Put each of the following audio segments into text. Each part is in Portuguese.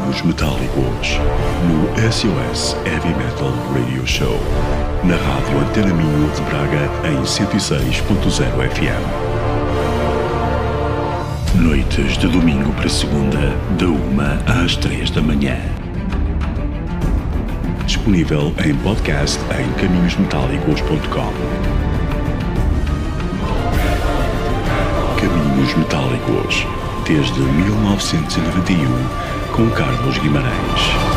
Caminhos Metálicos, no SOS Heavy Metal Radio Show, na rádio Antena Minho de Braga em 106.0 FM. Noites de domingo para segunda, da 1 às 3 da manhã. Disponível em podcast em caminhosmetálicos.com. Caminhos Metálicos, desde 1991, com Carlos Guimarães.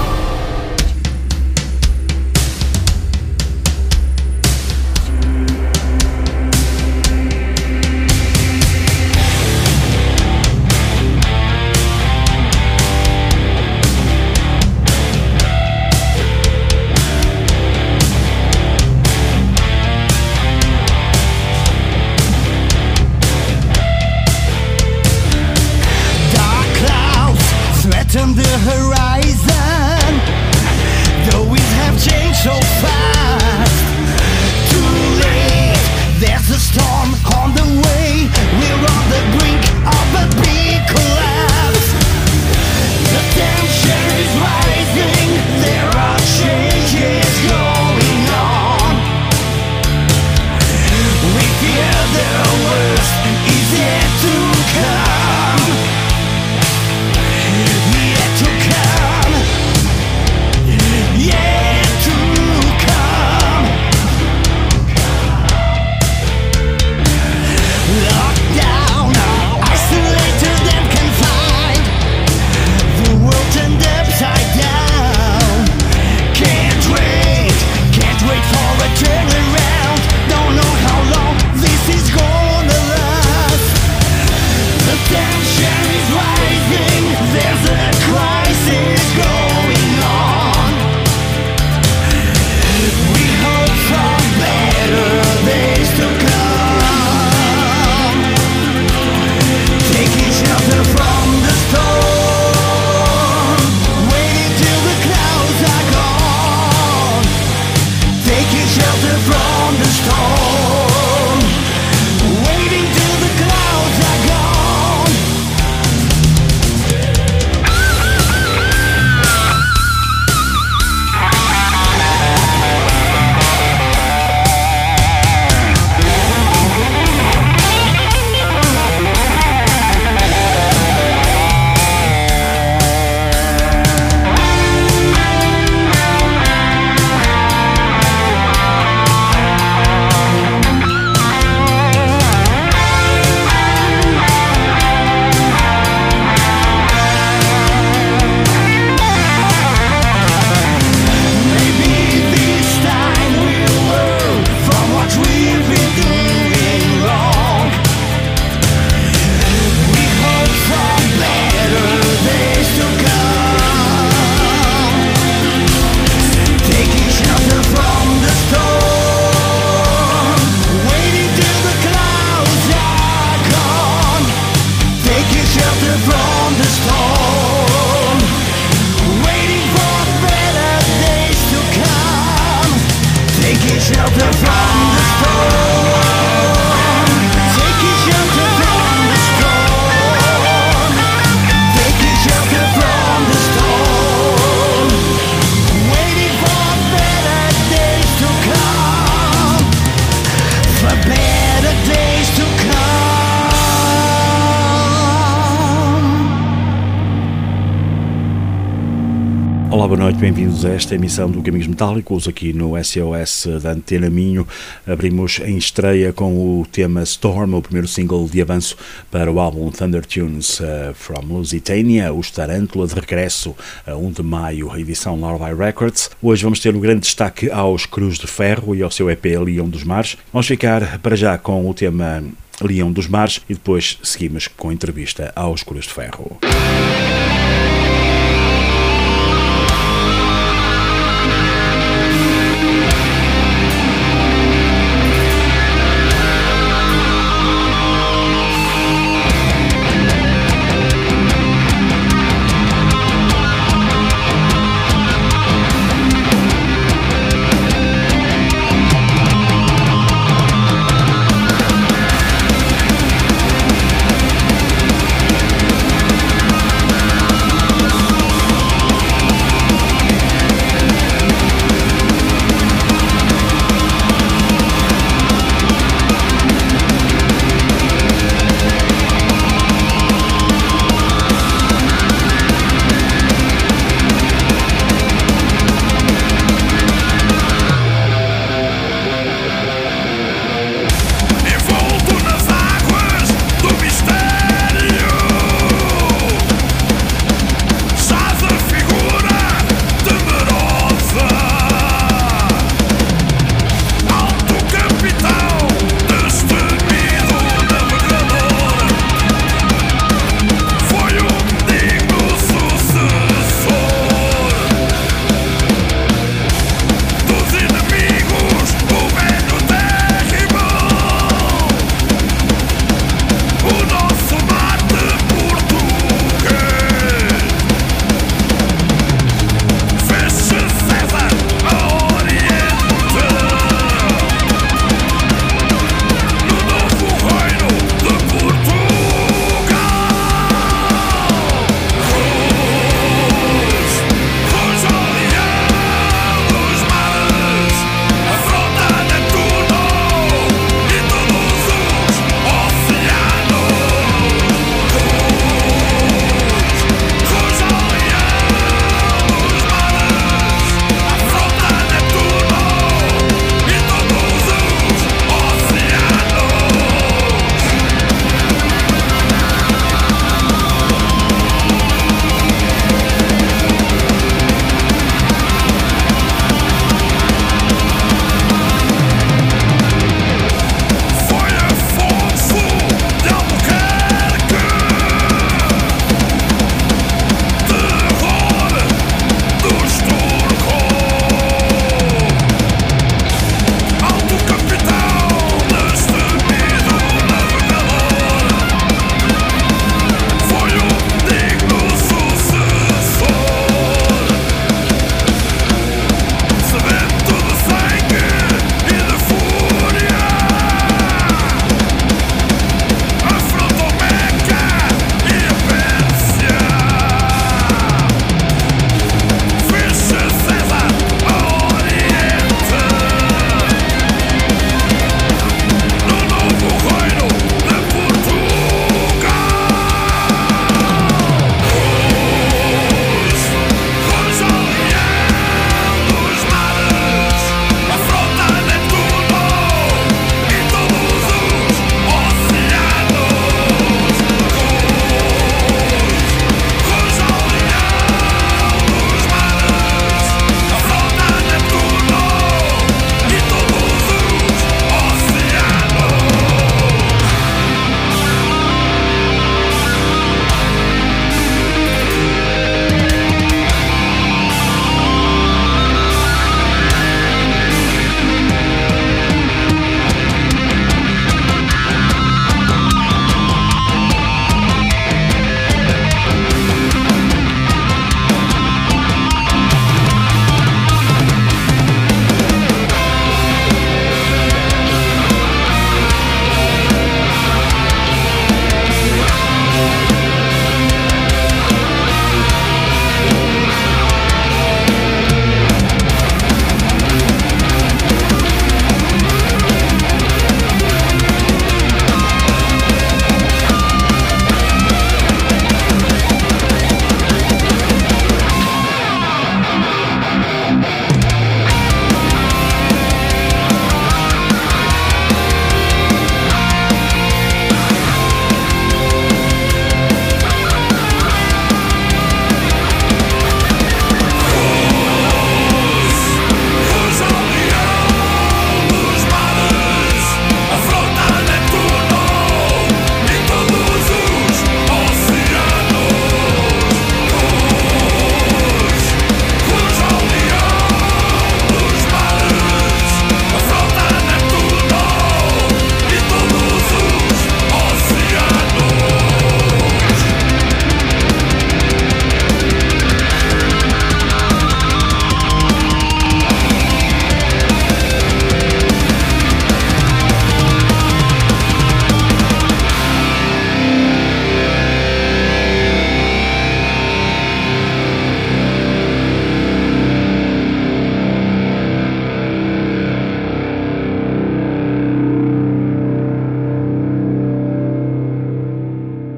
Olá, boa noite, bem-vindos a esta emissão do Caminhos Metálicos aqui no SOS da Antena Minho. Abrimos em estreia com o tema Storm, o primeiro single de avanço para o álbum Thunder Tunes from Lusitania, os Tarântula, de regresso a 1 de maio, a edição Larvae Records. Hoje vamos ter um grande destaque aos Cruz de Ferro e ao seu EP Leão dos Mares. Vamos ficar para já com o tema Leão dos Mares e depois seguimos com a entrevista aos Cruz de Ferro.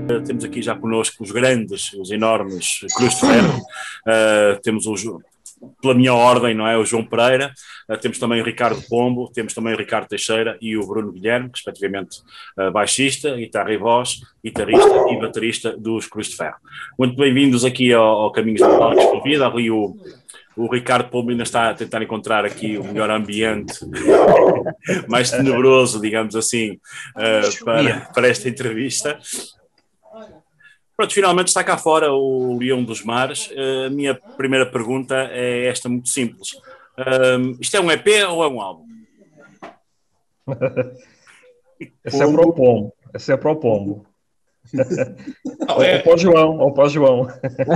Temos aqui já connosco os grandes, os enormes Cruz de Ferro. Temos pela minha ordem, não é? O João Pereira, temos também o Ricardo Pombo, temos também o Ricardo Teixeira e o Bruno Guilherme, respectivamente baixista, guitarra e voz, guitarrista e baterista dos Cruz de Ferro. Muito bem-vindos aqui ao Caminhos Metálicos com Vida. Ali o Ricardo Pombo ainda está a tentar encontrar aqui o melhor ambiente, mais tenebroso, digamos assim, para esta entrevista. Pronto, finalmente está cá fora o Leão dos Mares. A minha primeira pergunta é esta, muito simples. Isto é um EP ou é um álbum? Esse é para o Pombo. Esse é para o Pombo. Ou para o João. Ou para o João.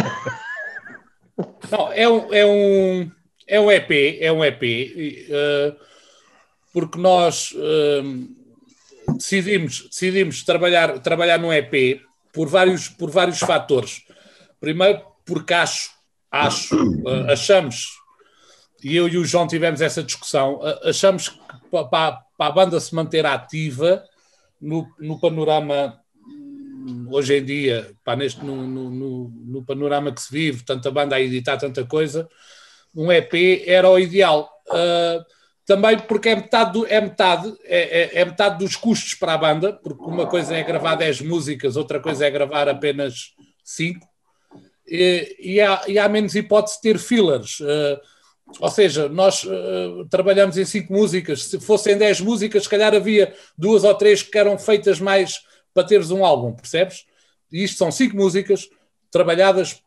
Não, é um EP, porque nós decidimos trabalhar num EP por vários fatores. Primeiro, porque achamos, e eu e o João tivemos essa discussão, achamos que para a banda se manter ativa no panorama hoje em dia, no panorama que se vive, tanta banda a editar tanta coisa, um EP era o ideal. Também porque é metade dos custos para a banda, porque uma coisa é gravar 10 músicas, outra coisa é gravar apenas 5, e há menos hipótese de ter fillers. Ou seja, nós trabalhamos em 5 músicas. Se fossem 10 músicas, se calhar havia 2 ou 3 que eram feitas mais para teres um álbum, percebes? E isto são 5 músicas trabalhadas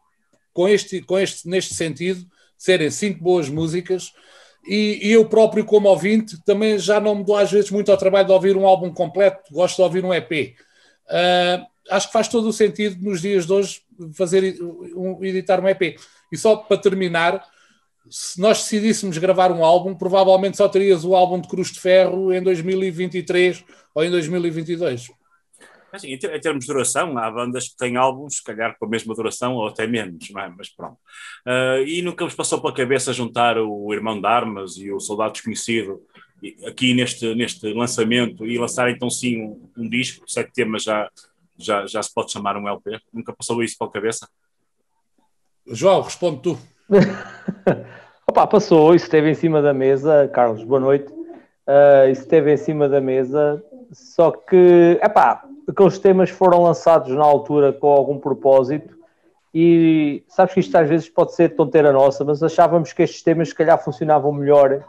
neste sentido, serem 5 boas músicas. E eu próprio, como ouvinte, também já não me dou às vezes muito ao trabalho de ouvir um álbum completo, gosto de ouvir um EP. Acho que faz todo o sentido nos dias de hoje editar um EP. E só para terminar, se nós decidíssemos gravar um álbum, provavelmente só terias o álbum de Cruz de Ferro em 2023 ou em 2022. Assim, em termos de duração, há bandas que têm álbuns, se calhar com a mesma duração ou até menos, não é? Mas pronto. E nunca vos passou pela cabeça juntar o Irmão de Armas e o Soldado Desconhecido aqui neste lançamento e lançar então sim um disco, 7 temas já se pode chamar um LP? Nunca passou isso pela cabeça? João, responde tu. Opa, passou, isso esteve em cima da mesa, Carlos, boa noite. Isso esteve em cima da mesa, só que, aqueles temas foram lançados na altura com algum propósito e sabes que isto às vezes pode ser tonteira nossa, mas achávamos que estes temas se calhar funcionavam melhor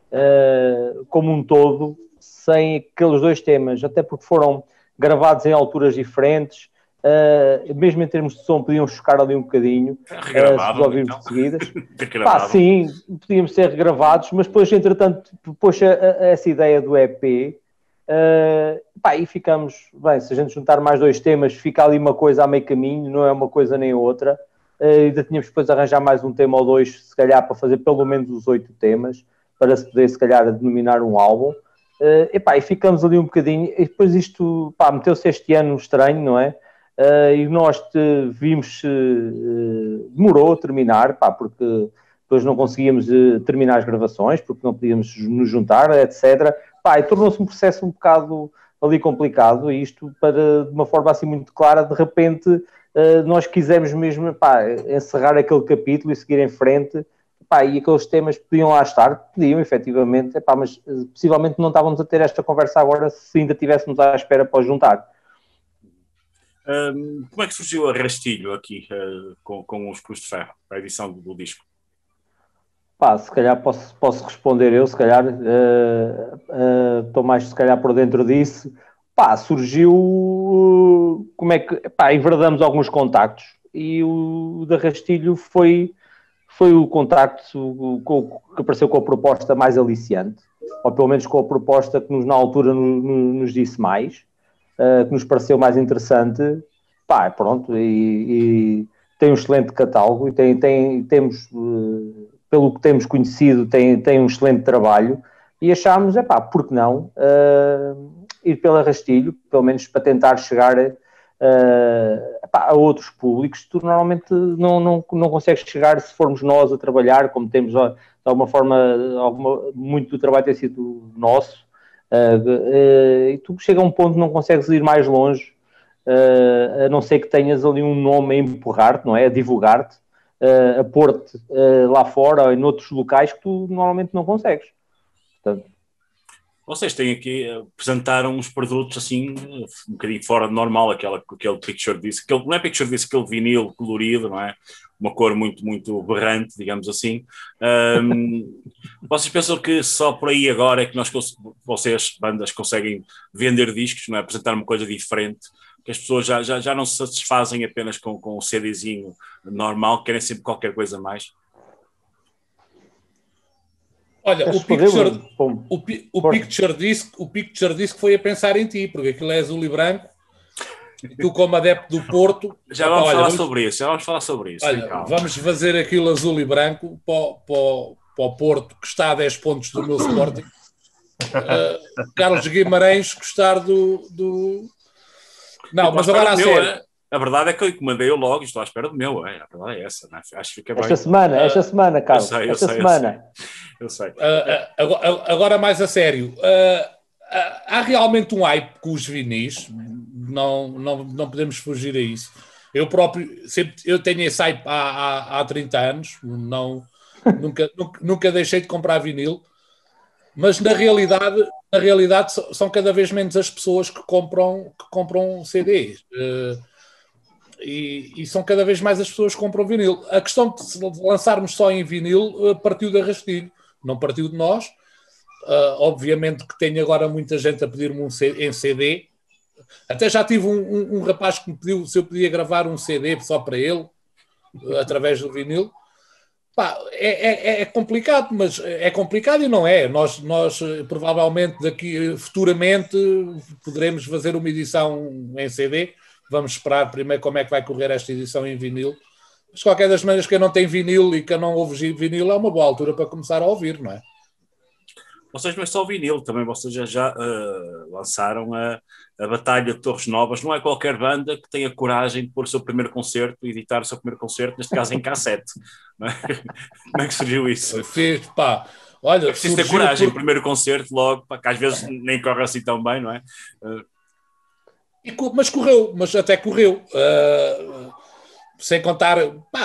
como um todo, sem aqueles 2 temas, até porque foram gravados em alturas diferentes, mesmo em termos de som podiam chocar ali um bocadinho, se ouvirmos de seguidas. Sim, podíamos ser regravados, mas depois entretanto depois essa ideia do EP e ficamos, bem, se a gente juntar mais 2 temas fica ali uma coisa a meio caminho, não é uma coisa nem outra, ainda tínhamos depois de arranjar mais um tema ou 2 se calhar para fazer pelo menos os 8 temas para se poder se calhar denominar um álbum, e ficamos ali um bocadinho, e depois isto meteu-se este ano estranho, não é? E nós vimos demorou a terminar, porque depois não conseguíamos terminar as gravações, porque não podíamos nos juntar, etc. E tornou-se um processo um bocado ali complicado, e isto de uma forma assim muito clara, de repente nós quisemos mesmo encerrar aquele capítulo e seguir em frente, e aqueles temas podiam lá estar, podiam efetivamente, mas possivelmente não estávamos a ter esta conversa agora se ainda estivéssemos à espera para os juntar. Como é que surgiu a Rastilho aqui com os Cruz de Ferro, a edição do disco? Se calhar posso responder eu, se calhar estou mais se calhar por dentro disso. Surgiu como é que enverdamos alguns contactos e o da Rastilho foi o contacto que apareceu com a proposta mais aliciante, ou pelo menos com a proposta que na altura nos disse mais, que nos pareceu mais interessante, pronto, e tem um excelente catálogo e temos, pelo que temos conhecido, tem um excelente trabalho e achámos, por que não ir pela Rastilho, pelo menos para tentar chegar a outros públicos. Tu normalmente não consegues chegar se formos nós a trabalhar, como temos de alguma forma, muito do trabalho tem sido nosso, e tu chega a um ponto que não consegues ir mais longe a não ser que tenhas ali um nome a empurrar-te, não é? A divulgar-te, a pôr-te lá fora ou em outros locais que tu normalmente não consegues. Portanto, vocês têm aqui, apresentaram uns produtos assim, um bocadinho fora do normal, aquele picture disc, não é picture disc, aquele vinil colorido, não é? Uma cor muito, muito berrante, digamos assim. Vocês pensam que só por aí agora é que vocês, bandas, conseguem vender discos, não é? Apresentar uma coisa diferente, que as pessoas já não se satisfazem apenas com o CDzinho normal, querem sempre qualquer coisa mais? Olha, o Picture Disc foi a pensar em ti, porque aquilo é azul e branco. Tu, como adepto do Porto... Já vamos falar sobre isso. Olha, vamos fazer aquilo azul e branco para o Porto, que está a 10 pontos do meu Sporting. Carlos Guimarães gostar do... Não, mas agora a sério. A verdade é que eu encomendei eu logo e estou à espera do meu. A verdade é essa. Não é? Acho que fica bem. Esta semana, Carlos. Eu sei. Agora mais a sério. Há realmente um hype com os vinis. Não podemos fugir a isso. Eu próprio eu tenho esse hype há 30 anos. Nunca deixei de comprar vinil. Mas na realidade são cada vez menos as pessoas que compram CDs. E são cada vez mais as pessoas que compram vinil. A questão de lançarmos só em vinil partiu da Rastilho, não partiu de nós. Obviamente que tenho agora muita gente a pedir-me em CD. Até já tive um rapaz que me pediu se eu podia gravar um CD só para ele, através do vinil. Pá, é complicado, mas é complicado e não é. Nós provavelmente futuramente poderemos fazer uma edição em CD. Vamos esperar primeiro como é que vai correr esta edição em vinil. Mas de qualquer das maneiras, quem não tem vinil e que não ouve vinil é uma boa altura para começar a ouvir, não é? Vocês não é só vinil, também vocês já lançaram a Batalha de Torres Novas. Não é qualquer banda que tenha coragem de pôr o seu primeiro concerto, editar o seu primeiro concerto, neste caso em cassete. Não é? Como é que surgiu isso? Olha, é preciso ter coragem, primeiro concerto logo, que às vezes nem corre assim tão bem, não é? Mas até correu. Sem contar...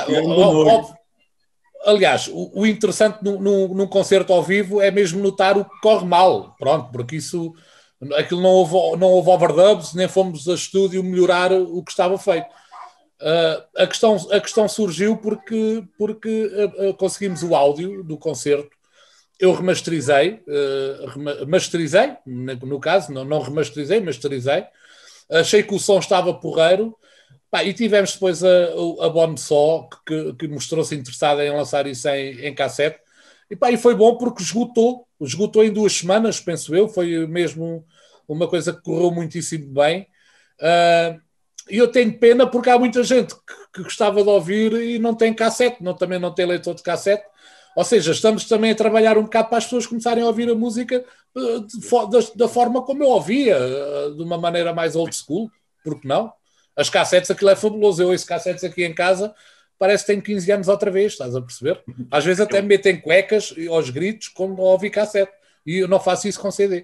Aliás, o interessante num concerto ao vivo é mesmo notar o que corre mal. Pronto, porque aquilo não houve overdubs, nem fomos a estúdio melhorar o que estava feito. A questão surgiu porque conseguimos o áudio do concerto. Eu remasterizei, no caso, não remasterizei, masterizei. Achei que o som estava porreiro. E tivemos depois a Bonsó, que mostrou-se interessada em lançar isso em cassete. E foi bom porque esgotou em 2 semanas, penso eu. Foi mesmo uma coisa que correu muitíssimo bem. E eu tenho pena porque há muita gente que gostava de ouvir e não tem cassete, também não tem leitor de cassete. Ou seja, estamos também a trabalhar um bocado para as pessoas começarem a ouvir a música da forma como eu ouvia, de uma maneira mais old school, porque não? As cassetes, aquilo é fabuloso. Eu ouço cassetes aqui em casa, parece que tenho 15 anos outra vez, estás a perceber? Às vezes até me metem cuecas aos gritos quando ouvi cassete. E eu não faço isso com CD.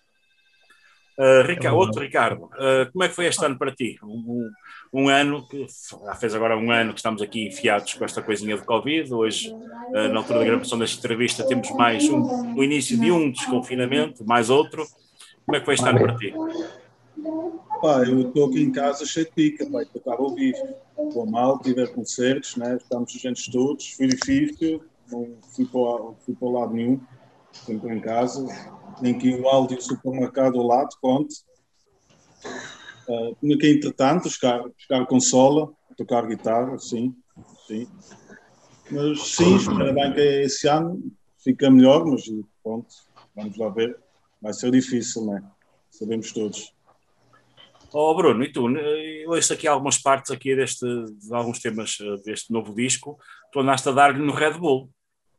Outro Ricardo, como é que foi este ano para ti? Um ano que fez agora um ano que estamos aqui enfiados com esta coisinha de Covid. Hoje, na altura da gravação desta entrevista, temos mais o início de um desconfinamento, mais outro. Como é que foi este ano para ti? Eu estou aqui em casa cheio de pica, tocar ao vivo. Estou mal, tive concertos, né? Estamos sujeitos todos, fui difícil, não fui para o lado nenhum, sempre em casa. Tem aqui o áudio do supermercado ao lado, conte. Tinha que, entretanto, jogar consola, tocar guitarra, sim. Mas sim, espero bem que esse ano fica melhor, mas pronto, vamos lá ver. Vai ser difícil, né? Sabemos todos. Bruno, e tu? Eu ouço aqui algumas partes aqui de alguns temas deste novo disco. Tu andaste a dar-lhe no Red Bull.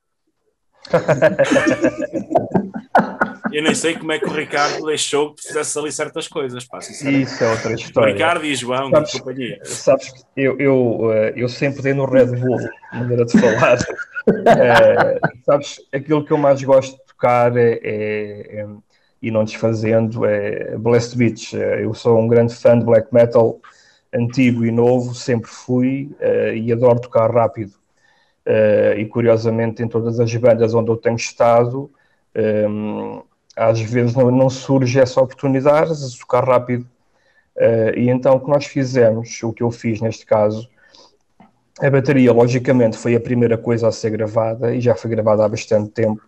Eu nem sei como é que o Ricardo deixou que fizesse ali certas coisas. Isso é outra história. O Ricardo e João, de companhia. Sabes, eu sempre dei no Red Bull, maneira de falar. Sabes, aquilo que eu mais gosto de tocar e não desfazendo, é Blast Beach. Eu sou um grande fã de black metal, antigo e novo, sempre fui, e adoro tocar rápido. E curiosamente, em todas as bandas onde eu tenho estado, às vezes não surge essa oportunidade de tocar rápido. E então o que nós fizemos, o que eu fiz neste caso, a bateria logicamente foi a primeira coisa a ser gravada, e já foi gravada há bastante tempo.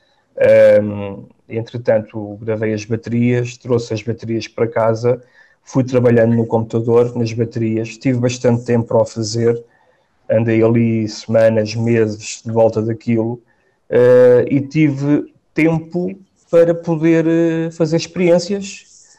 Entretanto gravei as baterias, trouxe as baterias para casa, fui trabalhando no computador nas baterias, tive bastante tempo para o fazer, andei ali semanas, meses de volta daquilo, e tive tempo para poder fazer experiências.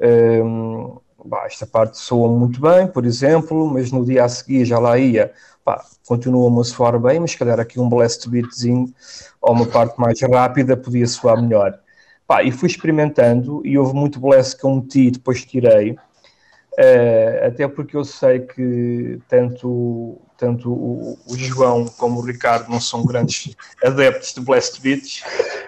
Esta parte soa muito bem, por exemplo, mas no dia a seguir já lá ia, continua-me a soar bem, mas se calhar aqui um blast beatzinho ou uma parte mais rápida podia soar melhor. E fui experimentando, e houve muito blast que eu meti e depois tirei, até porque eu sei que tanto o João como o Ricardo não são grandes adeptos de blast beats.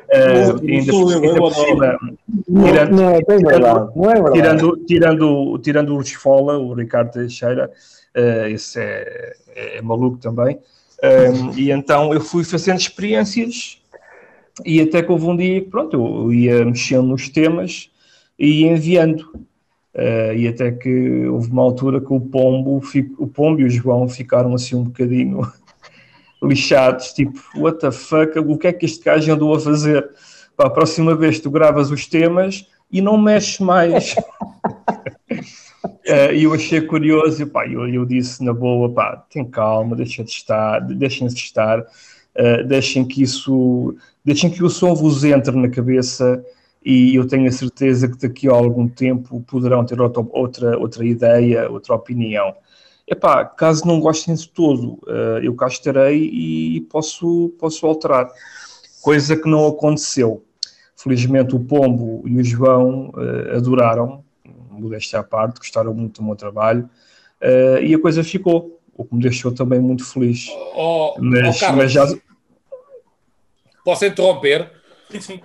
Tirando o Esfola, o Ricardo Teixeira, esse é maluco também. E então eu fui fazendo experiências, e até que houve um dia que pronto, eu ia mexendo nos temas e ia enviando. E até que houve uma altura que o Pombo e o João ficaram assim um bocadinho lixados, tipo, what the fuck, o que é que este gajo andou a fazer? A próxima vez tu gravas os temas e não mexes mais. E eu achei curioso, e eu disse na boa, tem calma, deixem-se estar, deixem que o som vos entre na cabeça, e eu tenho a certeza que daqui a algum tempo poderão ter outra ideia, outra opinião. Caso não gostem de todo, eu cá estarei e posso alterar. Coisa que não aconteceu. Felizmente o Pombo e o João adoraram, modéstia à parte, gostaram muito do meu trabalho, e a coisa ficou, o que me deixou também muito feliz. Carlos, mas já... Posso interromper? Sim.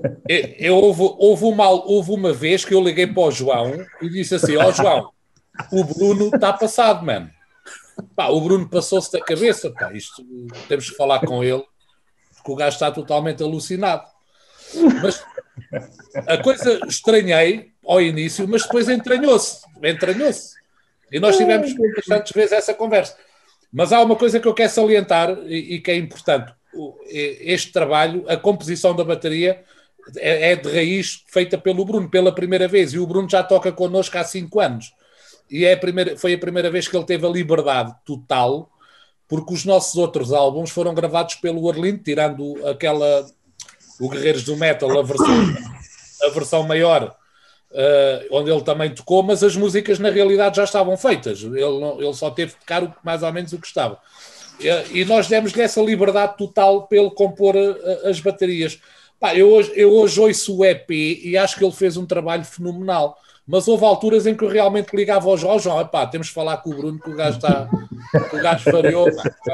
Houve uma vez que eu liguei para o João e disse assim: João, o Bruno está passado, mano. O Bruno passou-se da cabeça, isto temos que falar com ele, porque o gajo está totalmente alucinado. Mas a coisa estranhei ao início, mas depois entranhou-se. E nós tivemos bastantes vezes essa conversa. Mas há uma coisa que eu quero salientar e que é importante. Este trabalho, a composição da bateria é de raiz feita pelo Bruno, pela primeira vez, e o Bruno já toca connosco há 5 anos, e foi a primeira vez que ele teve a liberdade total, porque os nossos outros álbuns foram gravados pelo Arlindo, tirando o Guerreiros do Metal, a versão maior, onde ele também tocou, mas as músicas na realidade já estavam feitas, ele só teve de tocar mais ou menos o que estava. E nós demos-lhe essa liberdade total para ele compor as baterias. Eu hoje ouço o EP e acho que ele fez um trabalho fenomenal, mas houve alturas em que eu realmente ligava ao João, temos que falar com o Bruno, que o gajo variou.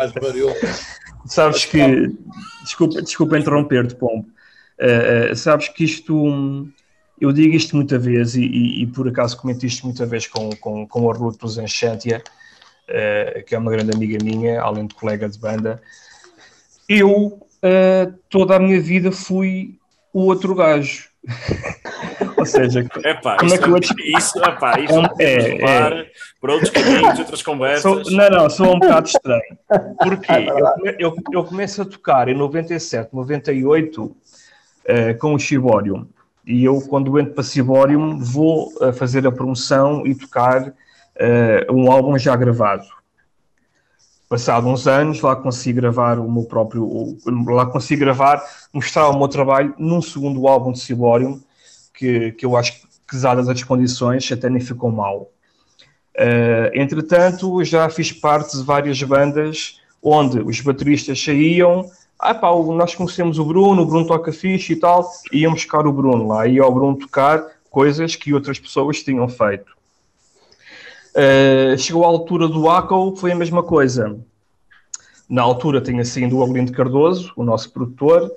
Sabes que, desculpa interromper-te, Pombo, sabes que isto, eu digo isto muita vez, e por acaso comento isto muita vez com o Arluto dos Enchantia, que é uma grande amiga minha, além de colega de banda. Eu toda a minha vida fui o outro gajo. Ou seja, isso por outros caminhos, outras conversas. Sou um bocado estranho. Porquê? Eu começo a tocar em 97, 98 com o Shiborium. E eu, quando entro para Shiborium, vou fazer a promoção e tocar um álbum já gravado. Passado uns anos, lá consegui gravar mostrar o meu trabalho num segundo álbum de Shiborium, que eu acho que, dadas as condições, até nem ficou mal. Entretanto, já fiz parte de várias bandas onde os bateristas saíam, nós conhecemos o Bruno toca fixe e tal, e íamos buscar o Bruno lá, ia ao Bruno tocar coisas que outras pessoas tinham feito. Chegou à altura do Aco, foi a mesma coisa. Na altura tinha saído o Arlindo Cardoso, o nosso produtor,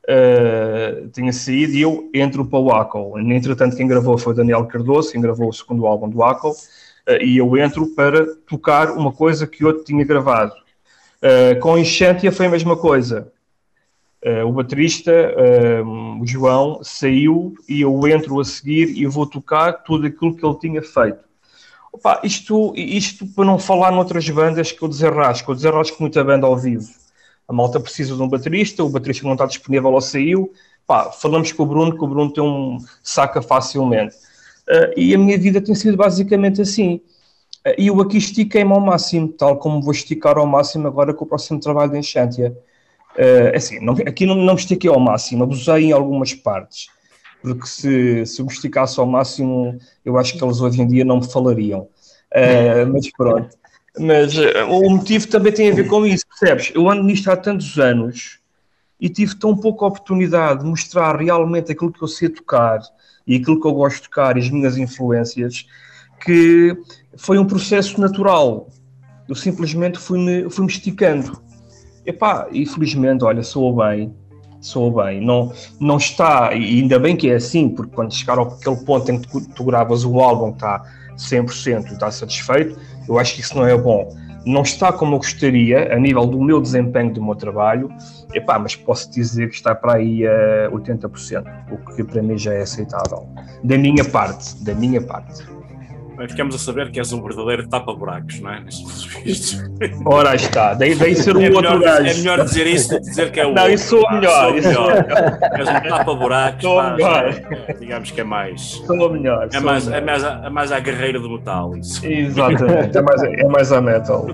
tinha saído e eu entro para o ACO. Entretanto, quem gravou foi o Daniel Cardoso, quem gravou o segundo álbum do ACO, e eu entro para tocar uma coisa que outro tinha gravado. Com Enchantia foi a mesma coisa. O baterista, o João, saiu e eu entro a seguir e vou tocar tudo aquilo que ele tinha feito. Opa, isto para não falar noutras bandas que eu desarrasco muita banda ao vivo. A malta precisa de um baterista, o baterista não está disponível ou saiu. Pá, falamos com o Bruno tem saca facilmente. E a minha vida tem sido basicamente assim. E eu aqui estiquei-me ao máximo, tal como vou esticar ao máximo agora com o próximo trabalho de Enchantia. Assim, aqui não me estiquei ao máximo, abusei em algumas partes, porque se eu me esticasse ao máximo, eu acho que eles hoje em dia não me falariam. Mas pronto. Mas o motivo também tem a ver com isso, percebes? Eu ando nisto há tantos anos e tive tão pouca oportunidade de mostrar realmente aquilo que eu sei tocar e aquilo que eu gosto de tocar e as minhas influências, que foi um processo natural. Eu simplesmente fui-me esticando. Epá, e felizmente, olha, soa bem, não está, e ainda bem que é assim, porque quando chegar àquele ponto em que tu gravas o álbum, está 100% e está satisfeito, eu acho que isso não é bom. Não está como eu gostaria, a nível do meu desempenho do meu trabalho, epá, mas posso dizer que está para aí a 80%, o que para mim já é aceitável. Da minha parte. Ficamos a saber que és um verdadeiro tapa-buracos, não é? Ora, aí está. Daí ser um outro gajo. É melhor dizer isso do que dizer que é o não, isso sou melhor. És um tapa-buracos. Digamos que é mais... Sou melhor. É mais a guerreira do metal, isso. Exatamente. É mais a metal.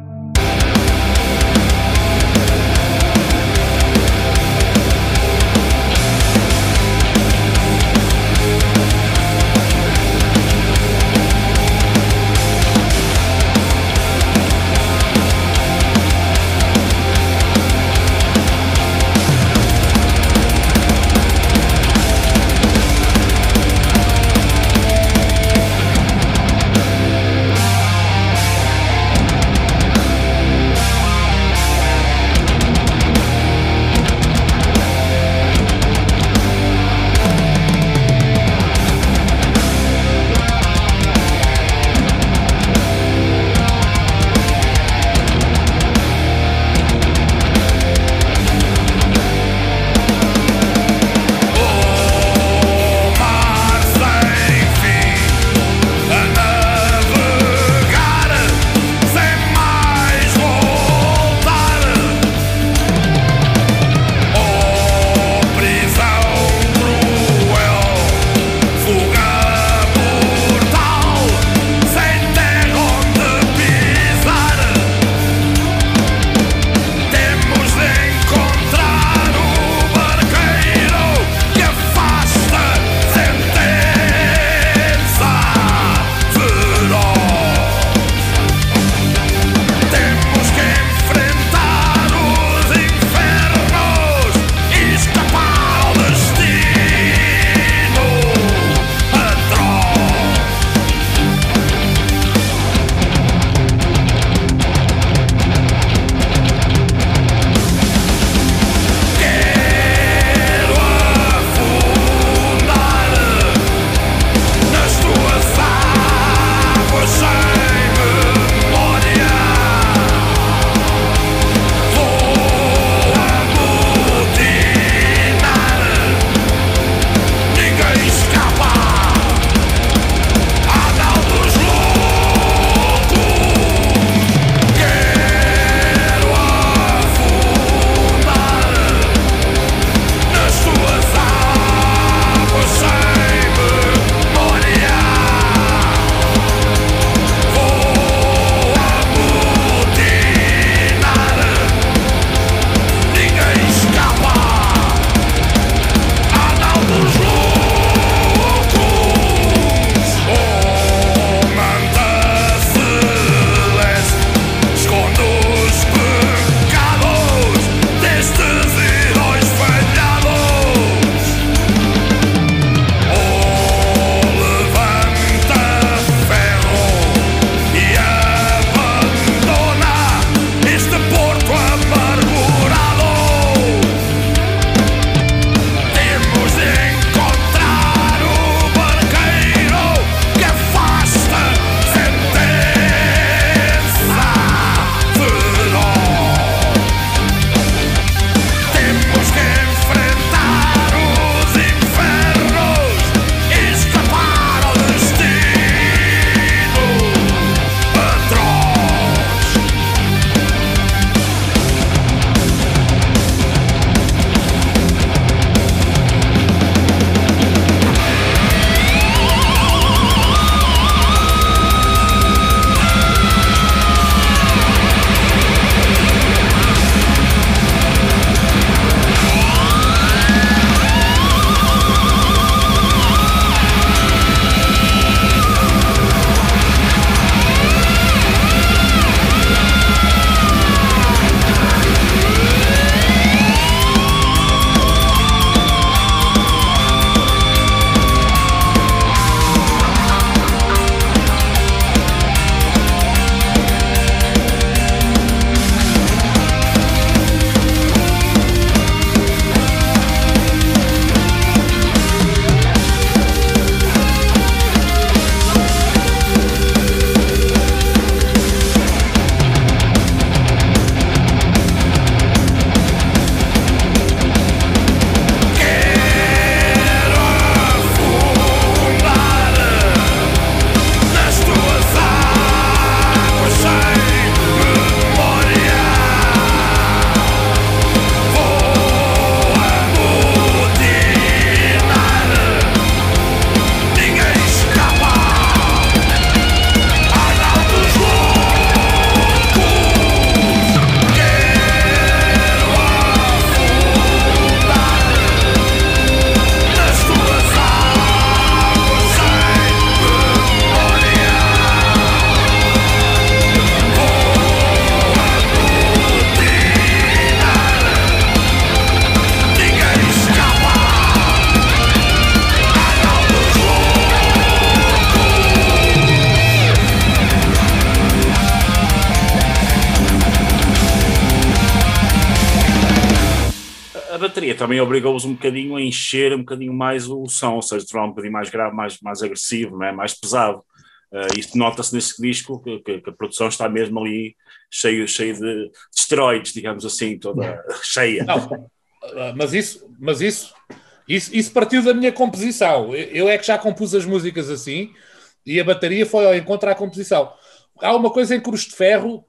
bateria também obrigou-vos um bocadinho a encher um bocadinho mais o som, ou seja, tornar um bocadinho mais grave, mais agressivo, não é? Mais pesado. Isto nota-se nesse disco que a produção está mesmo ali cheio de esteroides, digamos assim, toda cheia. Não, mas isso partiu da minha composição. Eu é que já compus as músicas assim e a bateria foi ao encontro à composição. Há uma coisa em Cruz de Ferro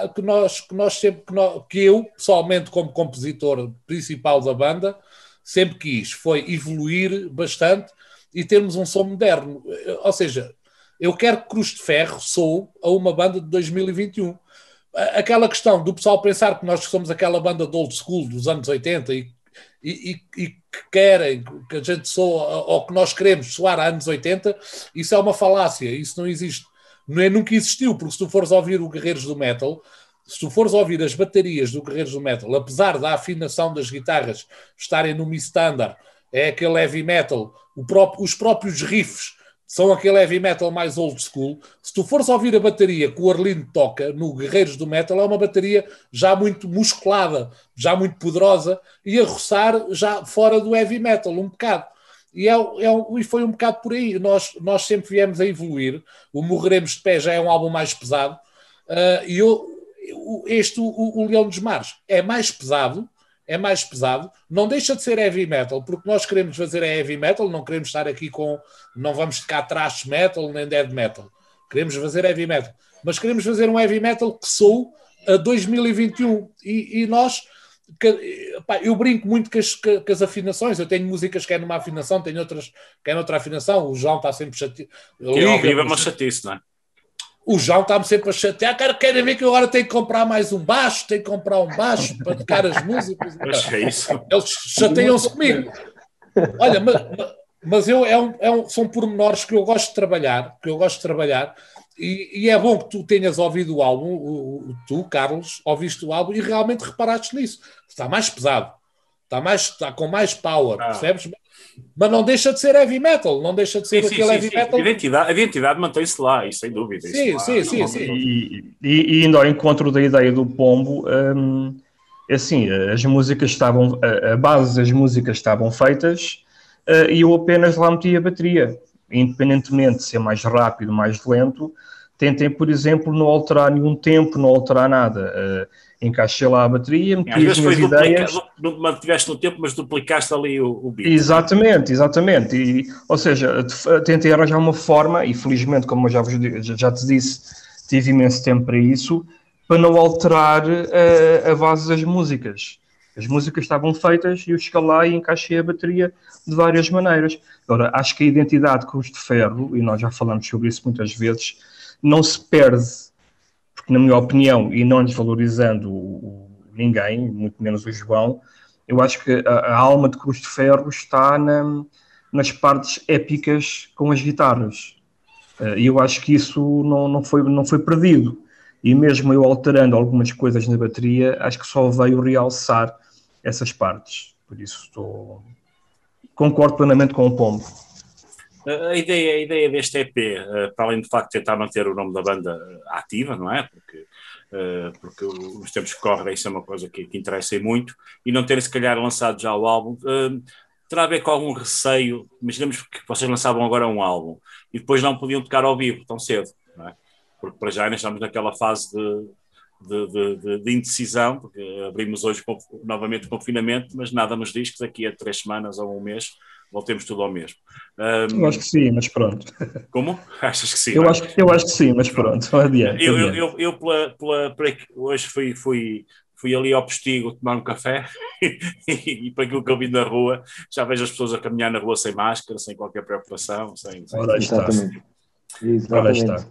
que eu, pessoalmente, como compositor principal da banda, sempre quis, foi evoluir bastante e termos um som moderno. Ou seja, eu quero que Cruz de Ferro soe a uma banda de 2021. Aquela questão do pessoal pensar que nós somos aquela banda de old school dos anos 80 e que querem que a gente soa, ou que nós queremos soar a anos 80, isso é uma falácia, isso não existe. Nunca existiu, porque se tu fores ouvir o Guerreiros do Metal, se tu fores ouvir as baterias do Guerreiros do Metal, apesar da afinação das guitarras estarem no Mi Standard, é aquele heavy metal, os próprios riffs são aquele heavy metal mais old school. Se tu fores ouvir a bateria que o Arlindo toca no Guerreiros do Metal, é uma bateria já muito musculada, já muito poderosa e a roçar já fora do heavy metal, um bocado. E foi um bocado por aí. Nós sempre viemos a evoluir. O Morreremos de Pé já é um álbum mais pesado. O Leão dos Mares é mais pesado, não deixa de ser heavy metal, porque nós queremos fazer heavy metal, não queremos estar aqui não vamos tocar thrash metal nem death metal, queremos fazer heavy metal, mas queremos fazer um heavy metal que soe a 2021 e nós, eu brinco muito com as afinações, eu tenho músicas que é numa afinação, tenho outras que é noutra afinação, o João está sempre chateado. Que ao vivo é uma chatice, não é? O João está-me sempre a chatear. Querem ver que eu agora tenho que comprar mais um baixo, tenho que comprar um baixo para tocar as músicas. Mas é isso. Eles chateiam-se comigo. Olha, mas são pormenores que eu gosto de trabalhar, e é bom que tu tenhas ouvido o álbum, tu, Carlos, ouviste o álbum e realmente reparaste nisso. Está mais pesado, está com mais power, percebes? Mas não deixa de ser heavy metal, não deixa de ser aquele heavy metal. A identidade mantém-se lá, isso sem dúvida. Sim. E indo ao encontro da ideia do Pombo, assim, as músicas estavam, a base das músicas estavam feitas e eu apenas lá meti a bateria. Independentemente de ser mais rápido, mais lento, tentem, por exemplo, não alterar nenhum tempo, não alterar nada. Encaixei lá a bateria, meti as minhas ideias. Não mantiveste no tempo, mas duplicaste ali o beat. Exatamente. Ou seja, tentei arranjar uma forma, e felizmente, como eu já te disse, tive imenso tempo para isso, para não alterar a base das músicas. As músicas estavam feitas e eu cheguei lá e encaixei a bateria de várias maneiras. Agora, acho que a identidade de Cruz de Ferro, e nós já falamos sobre isso muitas vezes, não se perde, porque na minha opinião, e não desvalorizando ninguém, muito menos o João, eu acho que a alma de Cruz de Ferro está nas partes épicas com as guitarras. E eu acho que isso não foi perdido. E mesmo eu alterando algumas coisas na bateria, acho que só veio realçar essas partes. Por isso concordo plenamente com o Pombo. A ideia deste EP, para além de facto tentar manter o nome da banda ativa, não é? Porque os tempos que correm, isso é uma coisa que interessa muito, e não terem se calhar lançado já o álbum, terá a ver com algum receio. Imaginemos que vocês lançavam agora um álbum e depois não podiam tocar ao vivo tão cedo, não é? Porque para já ainda estamos naquela fase de indecisão, porque abrimos hoje novamente o confinamento, mas nada nos diz que daqui a 3 semanas ou um mês voltemos tudo ao mesmo. Eu acho que sim, mas pronto. Como? Achas que sim? Eu acho que sim, mas pronto. Adiante. Eu hoje fui ali ao Postigo tomar um café e para aquilo que eu vi na rua, já vejo as pessoas a caminhar na rua sem máscara, sem qualquer preocupação. Sem Exatamente. Ora está.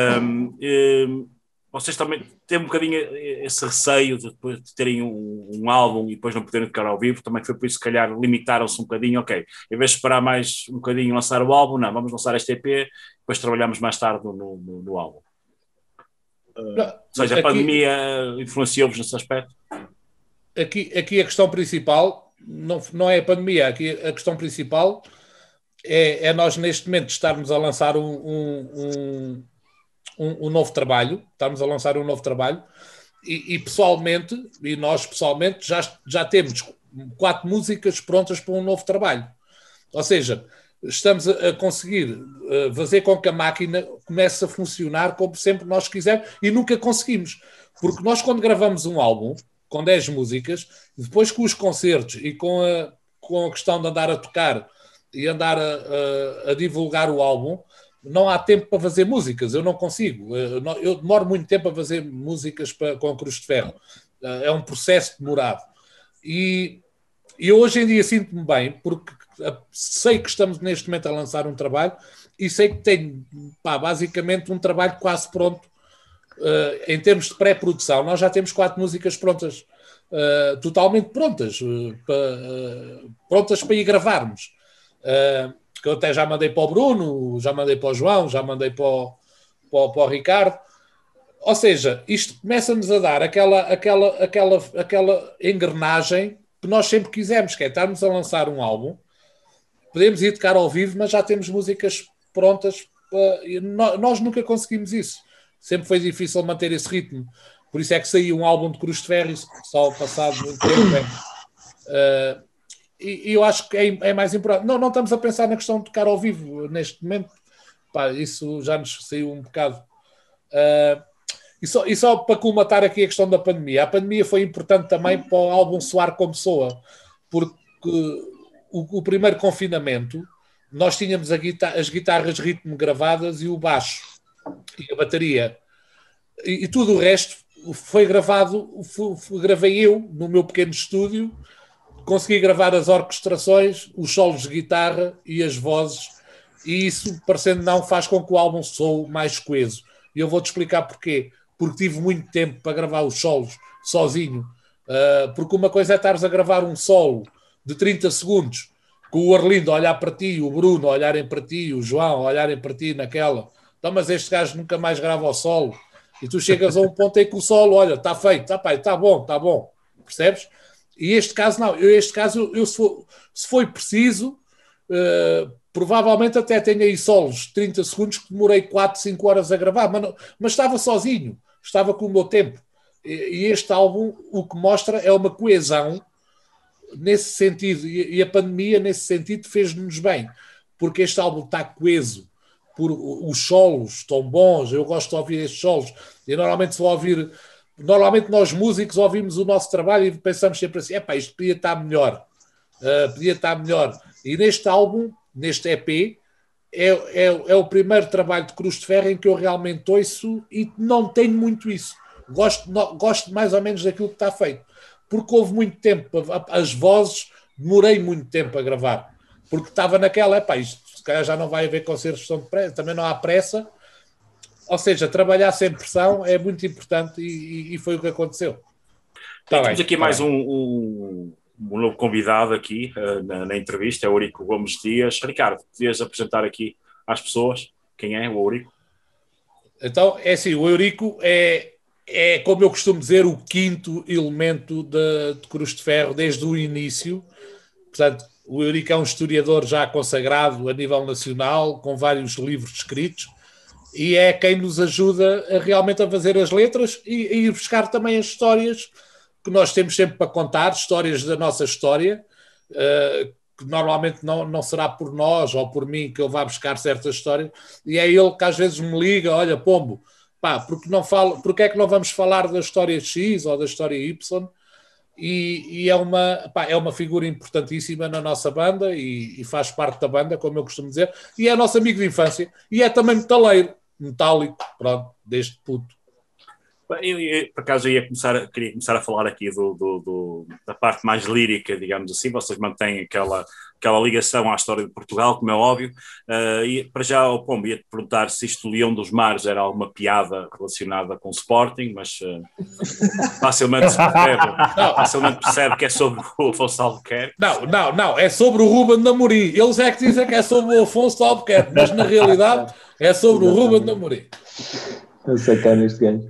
Vocês também têm um bocadinho esse receio de depois de terem um álbum e depois não poderem tocar ao vivo, também foi por isso que se calhar limitaram-se um bocadinho, ok, em vez de esperar mais um bocadinho e lançar o álbum, não, vamos lançar este EP, depois trabalhamos mais tarde no álbum. Ou seja, a pandemia influenciou-vos nesse aspecto? Aqui a questão principal não é a pandemia, aqui a questão principal é nós neste momento estarmos a lançar um novo trabalho, e pessoalmente, e nós pessoalmente já temos 4 músicas prontas para um novo trabalho. Ou seja, estamos a conseguir fazer com que a máquina comece a funcionar como sempre nós quisermos e nunca conseguimos. Porque nós, quando gravamos um álbum com 10 músicas, depois com os concertos e com a questão de andar a tocar e andar a divulgar o álbum, não há tempo para fazer músicas. Eu não consigo. Eu demoro muito tempo a fazer músicas com Cruz de Ferro. É um processo demorado. E eu hoje em dia sinto-me bem, porque sei que estamos neste momento a lançar um trabalho e sei que tenho, basicamente, um trabalho quase pronto. Em termos de pré-produção, nós já temos 4 músicas prontas, totalmente prontas, prontas para ir gravarmos. Que eu até já mandei para o Bruno, já mandei para o João, já mandei para o Ricardo. Ou seja, isto começa-nos a dar aquela engrenagem que nós sempre quisemos, que é estarmos a lançar um álbum, podemos ir tocar ao vivo, mas já temos músicas prontas. Nós nunca conseguimos isso. Sempre foi difícil manter esse ritmo. Por isso é que saiu um álbum de Cruz de Ferro só passado muito tempo. E eu acho que é mais importante. Não estamos a pensar na questão de tocar ao vivo neste momento. Isso já nos saiu um bocado. E só para colmatar aqui a questão da pandemia. A pandemia foi importante também para o álbum soar como soa. Porque o primeiro confinamento, nós tínhamos as guitarras de ritmo gravadas e o baixo e a bateria. E tudo o resto foi gravado, gravei eu no meu pequeno estúdio, consegui gravar as orquestrações, os solos de guitarra e as vozes, e isso, parecendo não, faz com que o álbum soe mais coeso. E eu vou-te explicar porquê. Porque tive muito tempo para gravar os solos sozinho. Porque uma coisa é estares a gravar um solo de 30 segundos, com o Arlindo a olhar para ti, o Bruno a olharem para ti, o João a olharem para ti naquela. Então, mas este gajo nunca mais grava o solo. E tu chegas a um ponto em que o solo, olha, está feito, está bom. Percebes? E este caso não. Se foi preciso, provavelmente até tenho aí solos de 30 segundos que demorei 4, 5 horas a gravar, mas estava sozinho, estava com o meu tempo. E este álbum o que mostra é uma coesão nesse sentido, e a pandemia nesse sentido fez-nos bem, porque este álbum está coeso, os solos estão bons, eu gosto de ouvir estes solos, e normalmente nós músicos ouvimos o nosso trabalho e pensamos sempre assim, isto podia estar melhor, e neste álbum, neste EP, é o primeiro trabalho de Cruz de Ferro em que eu realmente ouço e não tenho muito isso. Gosto mais ou menos daquilo que está feito. Porque houve muito tempo, as vozes, demorei muito tempo a gravar. Porque estava naquela, isto se calhar já não vai haver concertos de pressa, também não há pressa. Ou seja, trabalhar sem pressão é muito importante e foi o que aconteceu. Temos aqui mais um novo convidado aqui na entrevista, é o Eurico Gomes Dias. Ricardo, podias apresentar aqui às pessoas quem é o Eurico? Então, é assim, o Eurico é, como eu costumo dizer, o quinto elemento de Cruz de Ferro desde o início. Portanto, o Eurico é um historiador já consagrado a nível nacional, com vários livros escritos, e é quem nos ajuda realmente a fazer as letras e ir buscar também as histórias que nós temos sempre para contar, histórias da nossa história, que normalmente não será por nós ou por mim que ele vai buscar certas histórias, e é ele que às vezes me liga, olha, Pombo, porque é que não vamos falar da história X ou da história Y? E é uma figura importantíssima na nossa banda e faz parte da banda, como eu costumo dizer, e é nosso amigo de infância, e é também metálico, pronto, desde puto. Eu, por acaso, queria começar a falar aqui da parte mais lírica, digamos assim. Vocês mantêm aquela ligação à história de Portugal, como é óbvio. E para já, o Pombo, ia-te perguntar se isto do Leão dos Mares era alguma piada relacionada com o Sporting, mas facilmente percebe que é sobre o Afonso Albuquerque. Não, é sobre o Ruben de Amorim. Eles é que dizem que é sobre o Afonso Albuquerque, mas na realidade é sobre o Ruben de Amorim. Eu sei que é neste ganho.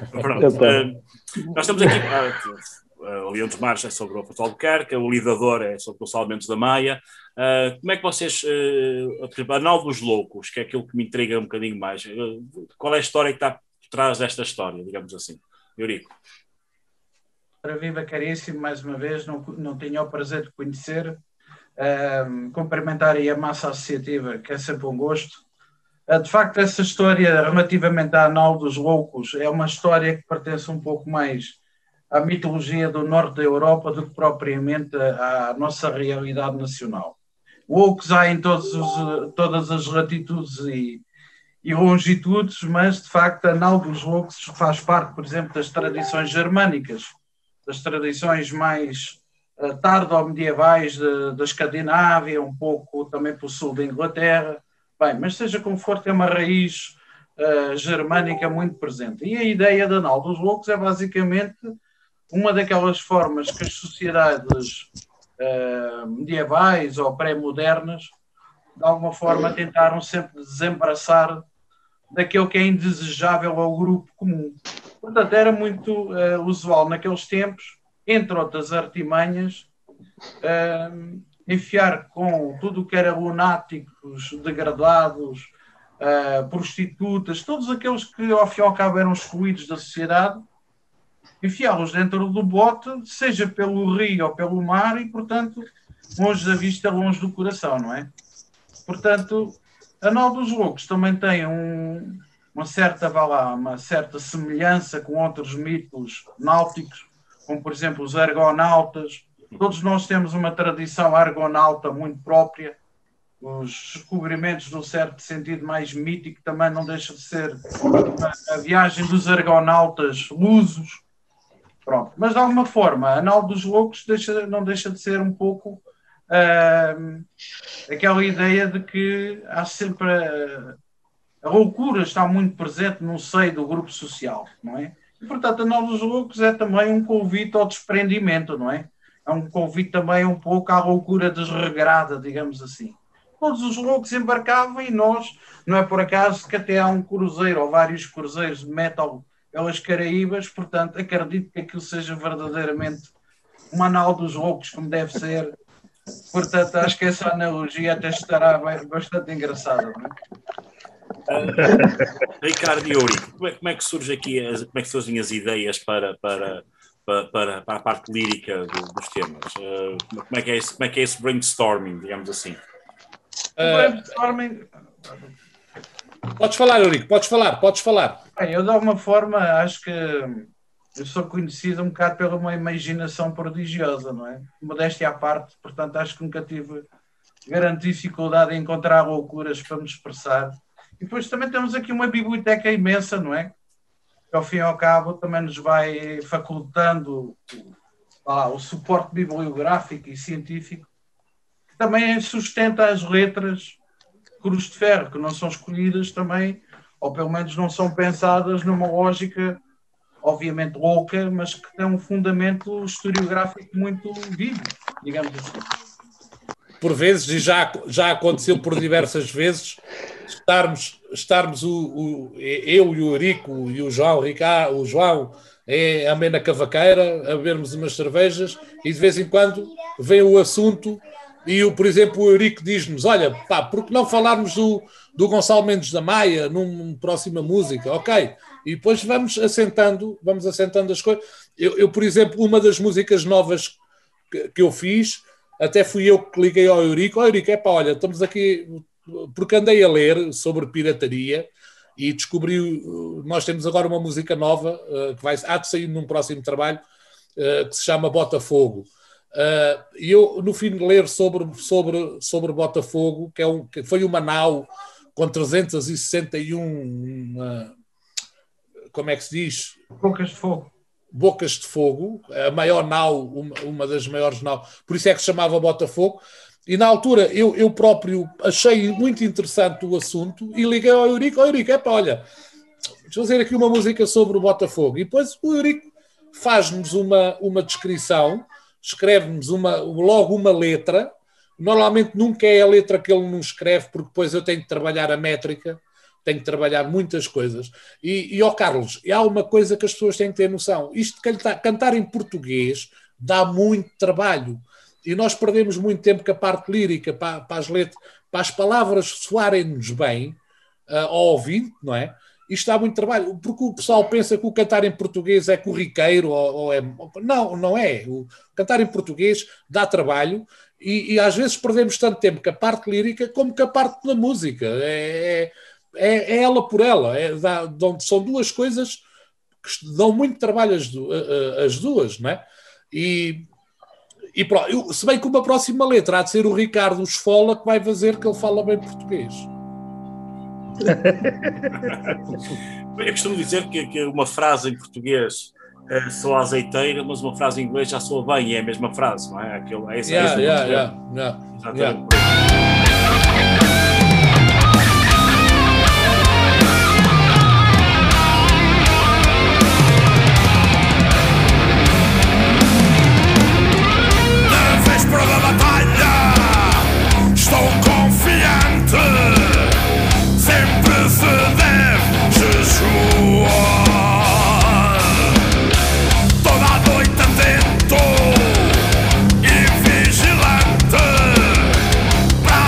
Nós estamos aqui. O Leão dos Mares é sobre o Afonso Albuquerque, o Lidador é sobre o Gonçalo Mendes da Maia. Como é que vocês. A Nau dos Loucos, que é aquilo que me intriga um bocadinho mais. Qual é a história que está por trás desta história, digamos assim? Eurico. Ora, viva caríssimo, mais uma vez, não tinha o prazer de conhecer. Cumprimentar aí a massa associativa, que é sempre um gosto. De facto, essa história relativamente à Anal dos Loucos é uma história que pertence um pouco mais à mitologia do norte da Europa do que propriamente à nossa realidade nacional. Loucos há em todas as latitudes e longitudes, mas de facto a Anal dos Loucos faz parte, por exemplo, das tradições germânicas, das tradições mais tardo-medievais da Escandinávia, um pouco também pelo sul da Inglaterra. Bem, mas seja como for, tem uma raiz germânica muito presente. E a ideia da Anal dos Loucos é basicamente uma daquelas formas que as sociedades medievais ou pré-modernas, de alguma forma, tentaram sempre desembaraçar daquilo que é indesejável ao grupo comum. Portanto, era muito usual naqueles tempos, entre outras artimanhas, enfiar com tudo o que era lunáticos, degradados, prostitutas, todos aqueles que ao fim e ao cabo eram excluídos da sociedade, enfiá-los dentro do bote, seja pelo rio ou pelo mar, e portanto, longe da vista, longe do coração, não é? Portanto, a Anal dos Loucos também tem uma certa semelhança com outros mitos náuticos, como por exemplo os argonautas. Todos nós temos uma tradição argonauta muito própria. Os descobrimentos, num certo sentido mais mítico, também não deixa de ser a viagem dos argonautas lusos. Pronto. Mas de alguma forma, a Anal dos Loucos não deixa de ser um pouco aquela ideia de que há sempre a loucura está muito presente no seio do grupo social, não é? E, portanto, a Anal dos Loucos é também um convite ao desprendimento, não é? É um convite também um pouco à loucura desregrada, digamos assim. Todos os loucos embarcavam e nós, não é por acaso que até há um cruzeiro ou vários cruzeiros de metal pelas Caraíbas, portanto, acredito que aquilo seja verdadeiramente uma Anal dos Loucos, como deve ser. Portanto, acho que essa analogia até estará bastante engraçada, não é? Ricardo e Yuri, como é que surge aqui, como é que surgem as ideias para a parte lírica dos temas? Como é que é esse brainstorming, digamos assim? Brainstorming... Podes falar, Eurico, podes falar. Bem, eu de alguma forma acho que eu sou conhecido um bocado pela uma imaginação prodigiosa, não é? Modéstia à parte, portanto acho que nunca tive grande dificuldade em encontrar loucuras para me expressar. E depois também temos aqui uma biblioteca imensa, não é? Que ao fim e ao cabo também nos vai facultando o suporte bibliográfico e científico, que também sustenta as letras Cruz de Ferro, que não são escolhidas também, ou pelo menos não são pensadas numa lógica obviamente louca, mas que tem um fundamento historiográfico muito vivo, digamos assim. Por vezes, e já aconteceu por diversas vezes, estarmos eu e o Eurico e o João, o João a meio na cavaqueira, a bebermos umas cervejas, e de vez em quando vem o assunto e, por exemplo, o Eurico diz-nos, olha, pá, por que não falarmos do Gonçalo Mendes da Maia numa próxima música? Ok. E depois vamos assentando as coisas. Eu, por exemplo, uma das músicas novas que eu fiz, até fui eu que liguei ao Eurico. Eurico, olha, estamos aqui, porque andei a ler sobre pirataria e descobri, nós temos agora uma música nova que há de sair num próximo trabalho, que se chama Botafogo. E eu, no fim de ler sobre Botafogo, que foi uma nau com 361... como é que se diz? Bocas de fogo, a maior nau, uma das maiores naus, por isso é que se chamava Botafogo, e na altura eu próprio achei muito interessante o assunto e liguei ao Eurico, olha, vamos fazer aqui uma música sobre o Botafogo, e depois o Eurico faz-nos uma descrição, escreve-nos logo uma letra, normalmente nunca é a letra que ele nos escreve, porque depois eu tenho que trabalhar a métrica, tenho que trabalhar muitas coisas. E Carlos, há uma coisa que as pessoas têm que ter noção. Isto de cantar em português dá muito trabalho. E nós perdemos muito tempo com a parte lírica, para as letras, para as palavras soarem-nos bem ao ouvinte, não é? isto dá muito trabalho, porque o pessoal pensa que o cantar em português é corriqueiro, não é. O cantar em português dá trabalho e às vezes perdemos tanto tempo com a parte lírica como com a parte da música. É ela por ela. São duas coisas que dão muito trabalho as duas, não é? E pronto, se bem que uma próxima letra há de ser o Ricardo Esfola que vai fazer que ele fala bem português. Eu costumo dizer que uma frase em português soa azeiteira, mas uma frase em inglês já soa bem, e é a mesma frase, não é? Exatamente. Na véspera da batalha, estou confiante. Sempre se deve jejuar. Toda a noite atento e vigilante para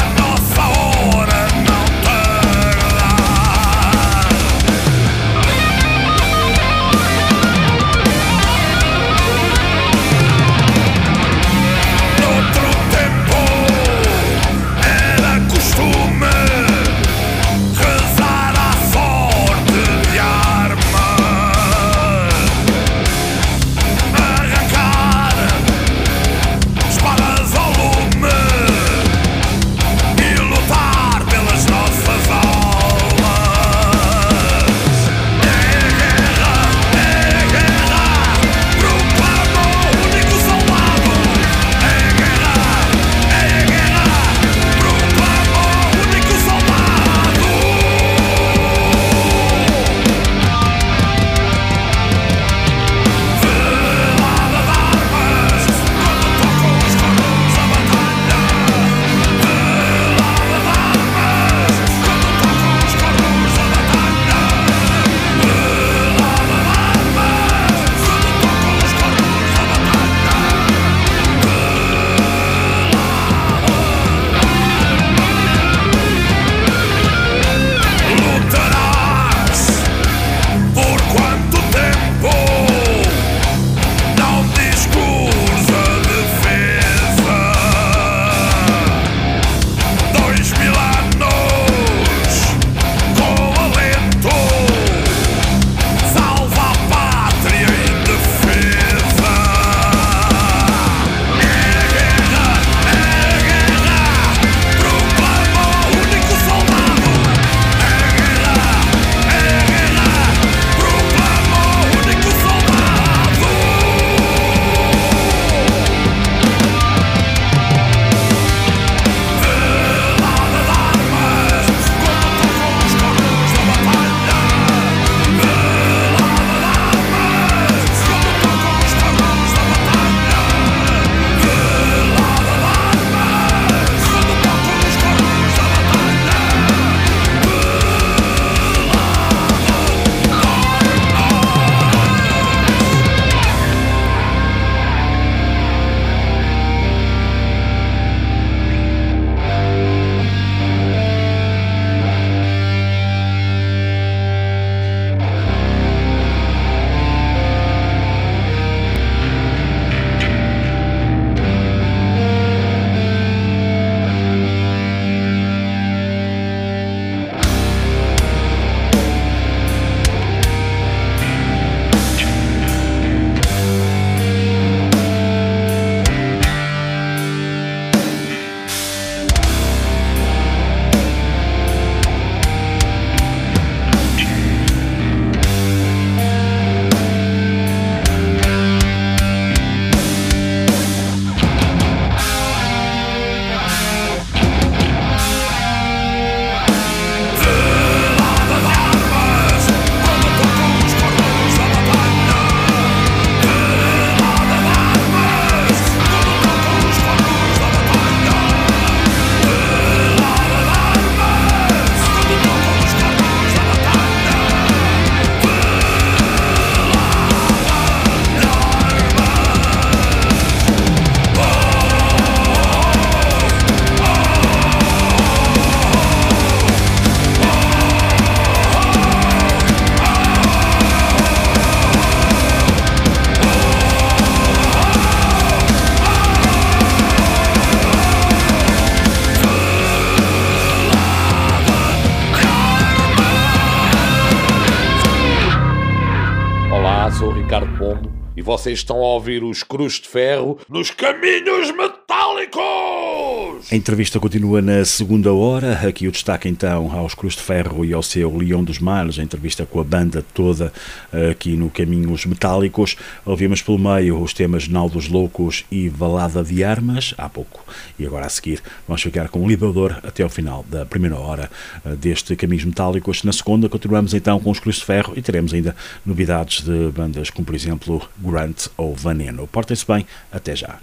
e vocês estão a ouvir os Cruz de Ferro nos Caminhos Metálicos! A entrevista continua na segunda hora. Aqui o destaque então aos Cruz de Ferro e ao seu Leão dos Males, a entrevista com a banda toda aqui no Caminhos Metálicos. Ouvimos pelo meio os temas Nau dos Loucos e Balada de Armas, há pouco. E agora a seguir vamos ficar com o Liberador até ao final da primeira hora deste Caminhos Metálicos. Na segunda continuamos então com os Cruz de Ferro e teremos ainda novidades de bandas como por exemplo Grunt ou Veneno. Portem-se bem, até já.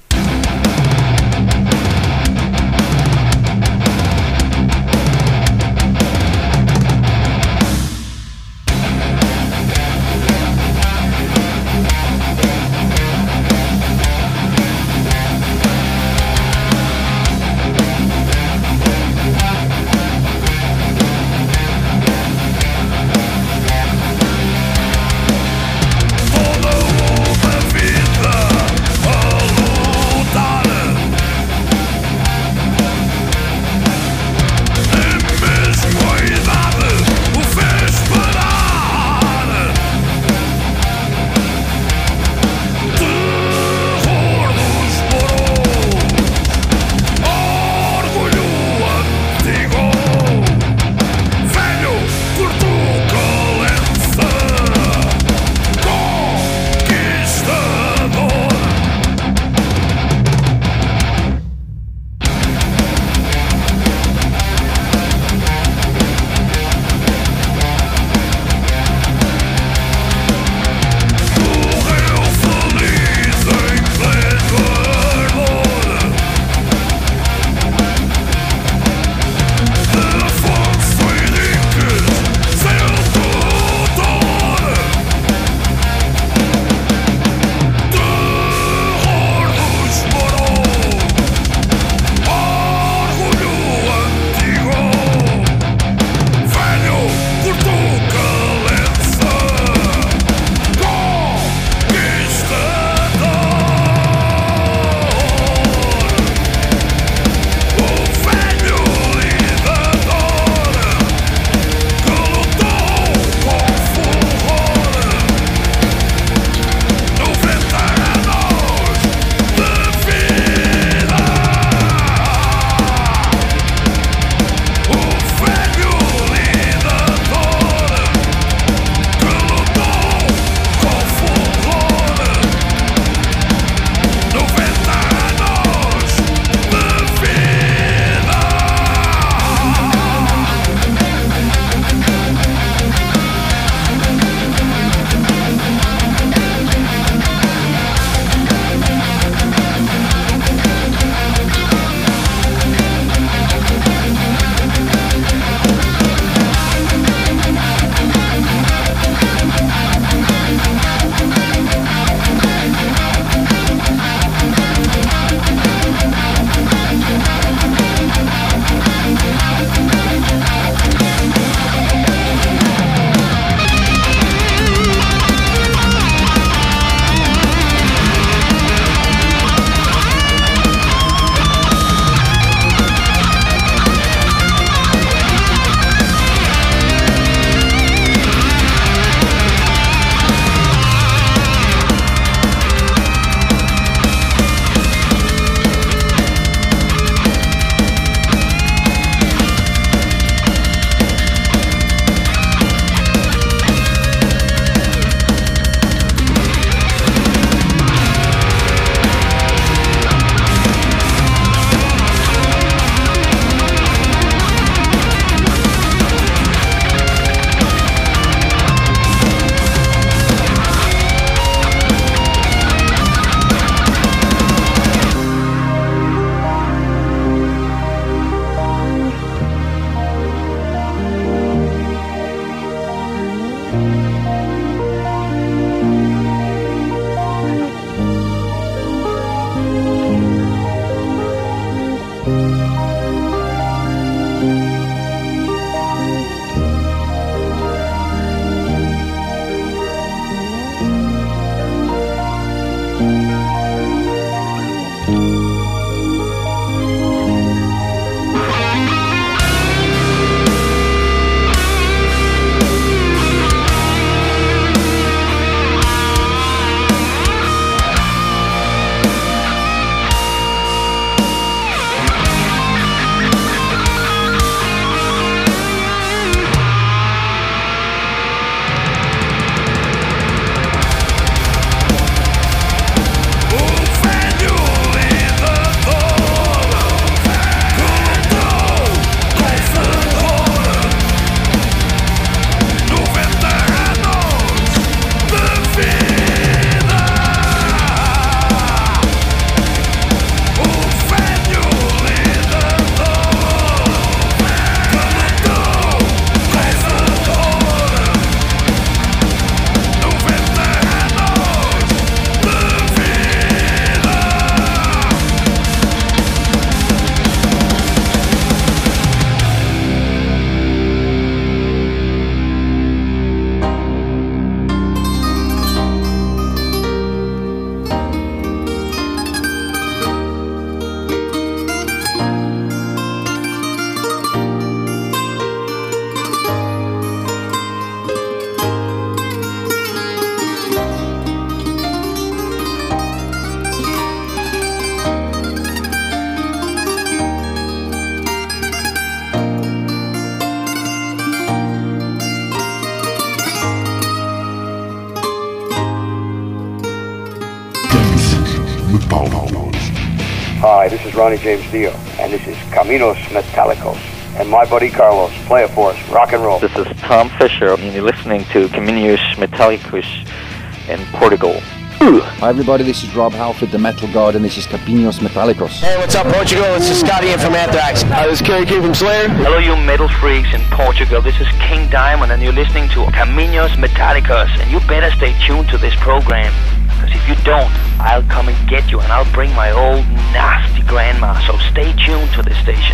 Metálicos. Hi, this is Ronnie James Dio, and this is Caminos Metálicos. And my buddy Carlos, play it for us, rock and roll. This is Tom Fisher, and you're listening to Caminhos Metálicos in Portugal. Hi everybody, this is Rob Halford, the Metal God, and this is Caminhos Metálicos. Hey, what's up Portugal? This is Scotty in from Anthrax. This is Kerry King from Slayer. Hello you metal freaks in Portugal, this is King Diamond, and you're listening to Caminhos Metálicos, and you better stay tuned to this program, because if you don't, I'll come and get you, and I'll bring my old nasty grandma, so stay tuned to this station.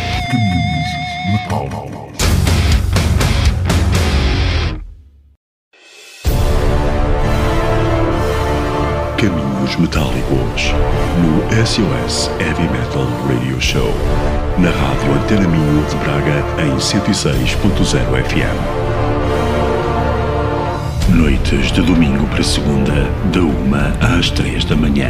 Caminhos Metálicos, no SOS Heavy Metal Radio Show, na Rádio Antena Minho de Braga em 106.0 FM. Noites de domingo para segunda, da 1 às 3 da manhã.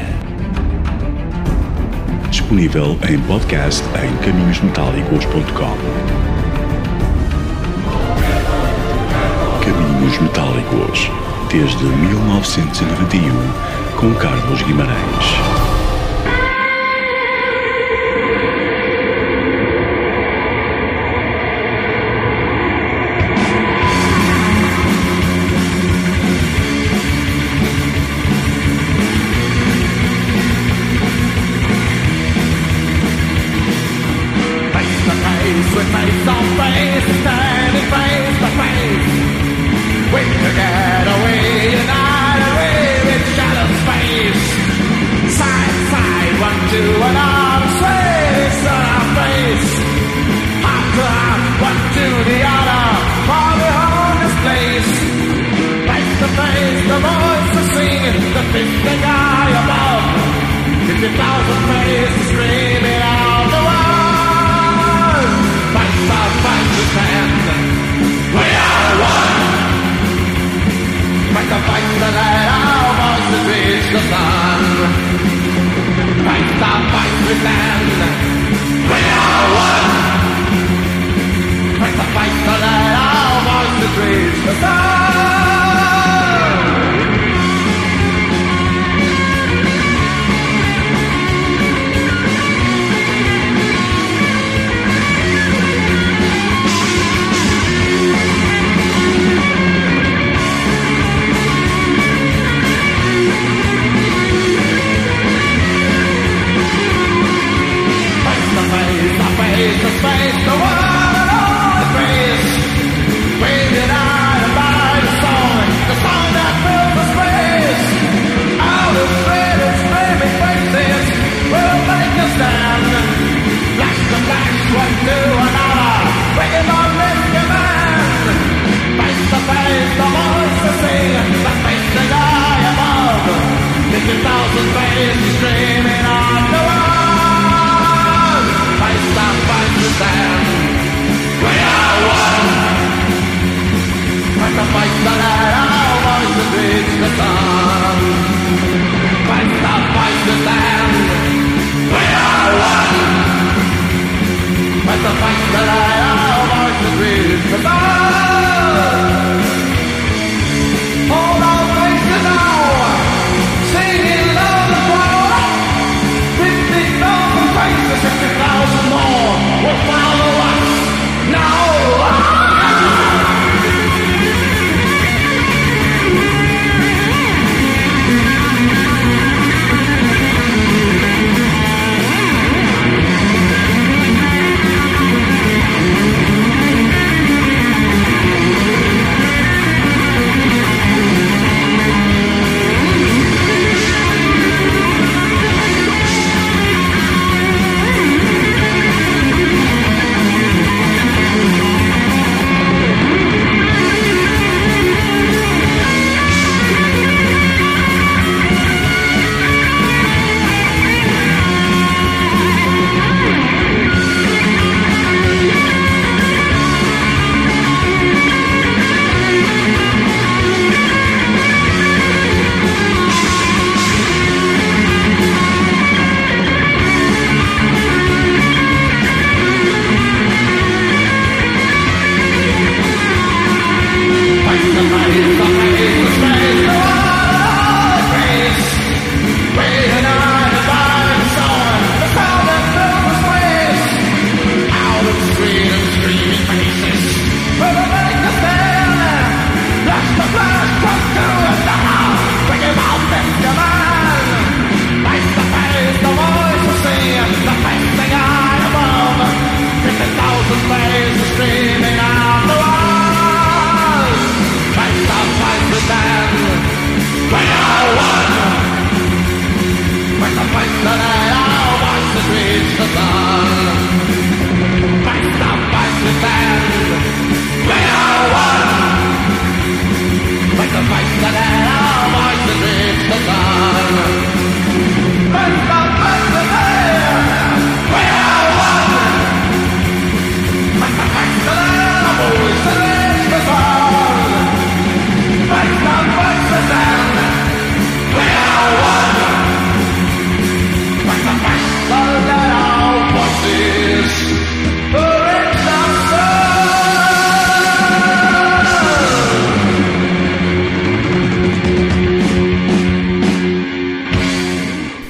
Disponível em podcast em caminhosmetálicos.com. Caminhos Metálicos, desde 1991, com Carlos Guimarães.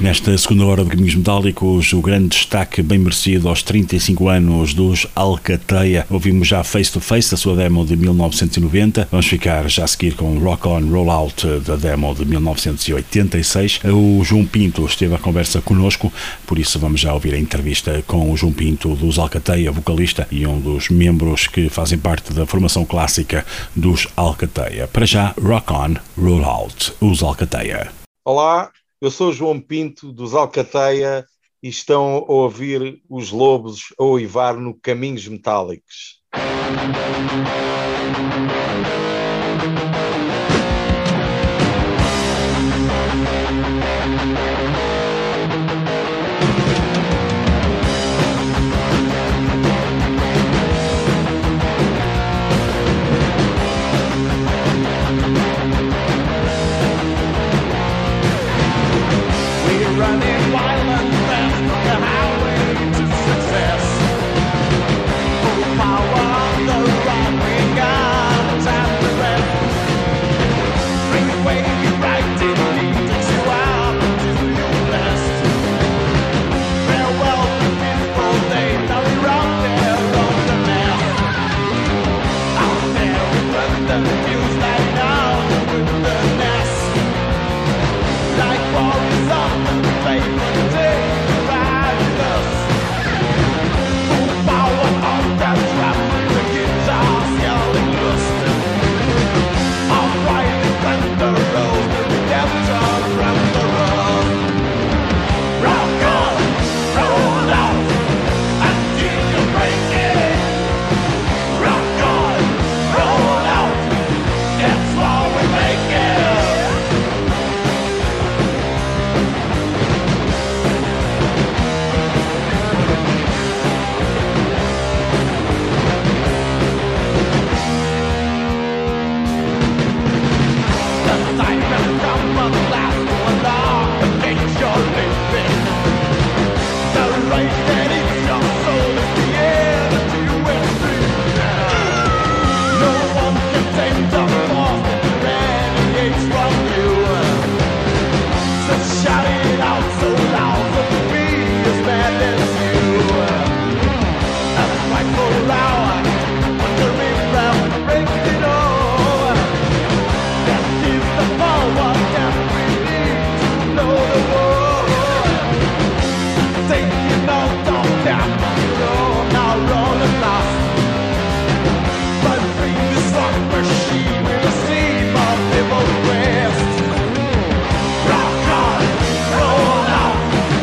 Nesta segunda hora de Caminhos Metálicos, o grande destaque bem merecido aos 35 anos dos Alcateia. Ouvimos já Face to Face, a sua demo de 1990. Vamos ficar já a seguir com Rock On, Roll Out, da demo de 1986. O João Pinto esteve à conversa connosco, por isso vamos já ouvir a entrevista com o João Pinto dos Alcateia, vocalista e um dos membros que fazem parte da formação clássica dos Alcateia. Para já, Rock On, Roll Out, os Alcateia. Olá, eu sou o João Pinto dos Alcateia e estão a ouvir os lobos a uivar no Caminhos Metálicos. Running wild and fast on the highway to success. Full power on the run, we got time to rest. Bring away the right in need that you are to your best. Farewell to peaceful days, now we're out there on the mess. Out there we run the news like down with the nest. Like warriors on the paper, take the ride with us. Full power on that trap, the guitars yelling lust. I'm riding thunder road, the redemption from the road. Rock on, roll out, until you break it. Rock on, roll out, that's how we make it. Shout it out so loud that the beat is mad as you. That's right for hour, but the rhythm breaks it all. That is the power that we need to know the world. Taking out down the road, now rolling lost. But bring this rock machine with a steam of the old west. Rock on, roll out,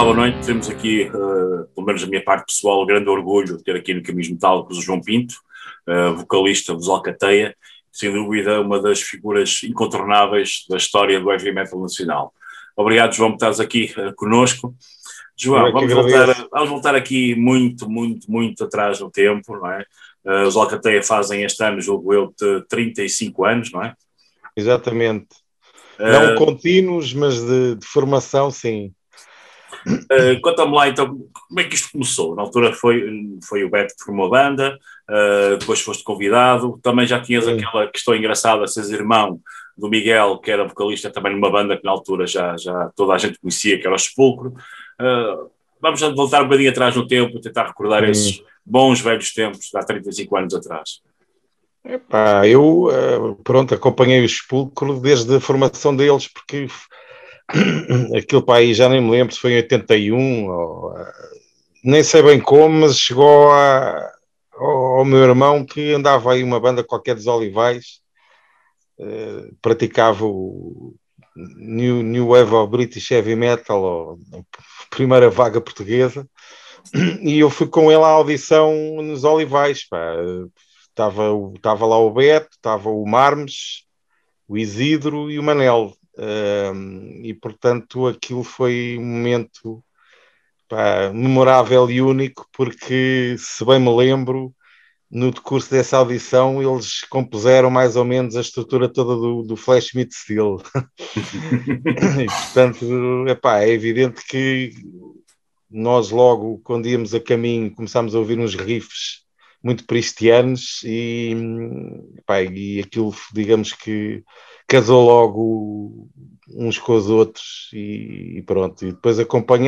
boa noite. Temos aqui, pelo menos da minha parte pessoal, grande orgulho de ter aqui no Caminhos Metálicos o João Pinto, vocalista dos Alcateia, sem dúvida uma das figuras incontornáveis da história do heavy metal nacional. Obrigado, João, por estares aqui connosco. João, vamos voltar aqui muito atrás no tempo, não é? Os Alcateia fazem este ano, julgo eu, de 35 anos, não é? Exatamente. Não contínuos, mas de formação, sim. Conta-me lá, então, como é que isto começou? Na altura foi o Beto que formou a banda, depois foste convidado, também já tinhas aquela questão engraçada, seres irmão do Miguel, que era vocalista também numa banda que na altura já toda a gente conhecia, que era o Sepulcro. Vamos voltar um bocadinho atrás no tempo, tentar recordar esses bons velhos tempos, de há 35 anos atrás. Epá, eu, acompanhei o Sepulcro desde a formação deles, porque aquilo para aí já nem me lembro se foi em 81, nem sei bem como, mas chegou ao meu irmão que andava aí uma banda qualquer dos Olivais, praticava o New Wave of British Heavy Metal, ou a primeira vaga portuguesa, e eu fui com ele à audição nos Olivais, pá. Estava lá o Beto, estava o Marmes, o Isidro e o Manel. E portanto aquilo foi um momento, pá, memorável e único, porque, se bem me lembro, no decurso dessa audição eles compuseram mais ou menos a estrutura toda do Flash Meat Steel. E portanto, epá, é evidente que nós logo, quando íamos a caminho, começámos a ouvir uns riffs muito cristianos e aquilo, digamos que casou logo uns com os outros e pronto. E depois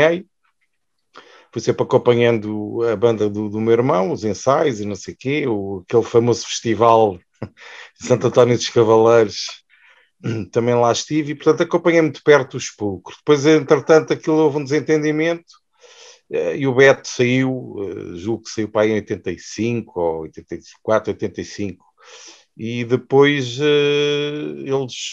fui sempre acompanhando a banda do meu irmão, os ensaios e não sei o quê, aquele famoso festival de Santo António dos Cavaleiros, também lá estive e portanto acompanhei muito perto o Sepulcro. Depois, entretanto, aquilo houve um desentendimento. E o Beto saiu, julgo que saiu para aí em 85 ou 84, 85, e depois eles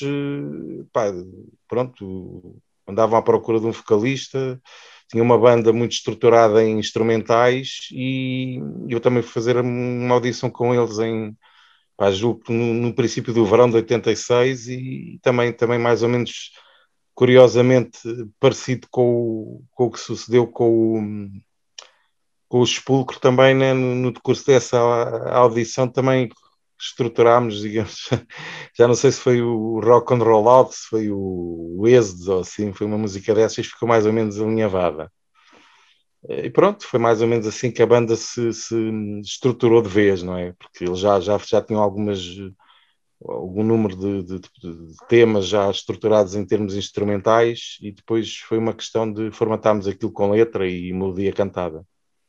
andavam à procura de um vocalista, tinha uma banda muito estruturada em instrumentais e eu também fui fazer uma audição com eles julgo que no princípio do verão de 86 e também mais ou menos curiosamente parecido com o que sucedeu com o Sepulcro também, né, no decurso dessa audição também estruturámos, digamos, já não sei se foi o Rock and Roll Out, se foi o Êxodo ou assim, foi uma música dessas, ficou mais ou menos alinhavada. E pronto, foi mais ou menos assim que a banda se estruturou de vez, não é? Porque eles já tinham algum número de temas já estruturados em termos instrumentais e depois foi uma questão de formatarmos aquilo com letra e melodia cantada.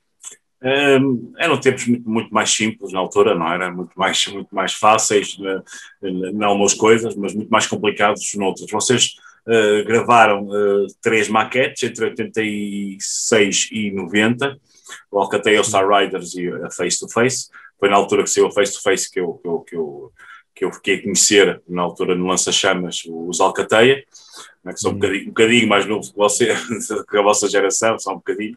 Eram tempos muito mais simples na altura, não era? Muito mais fáceis em algumas coisas, mas muito mais complicados noutras. Vocês gravaram 3 maquetes entre 86 e 90, o Alcateia, o Star Riders e a Face to Face. Foi na altura que saiu a Face to Face que eu fiquei a conhecer, na altura, no Lança-Chamas, os Alcateia, né, que são um bocadinho mais novos que você, que a vossa geração, são um bocadinho.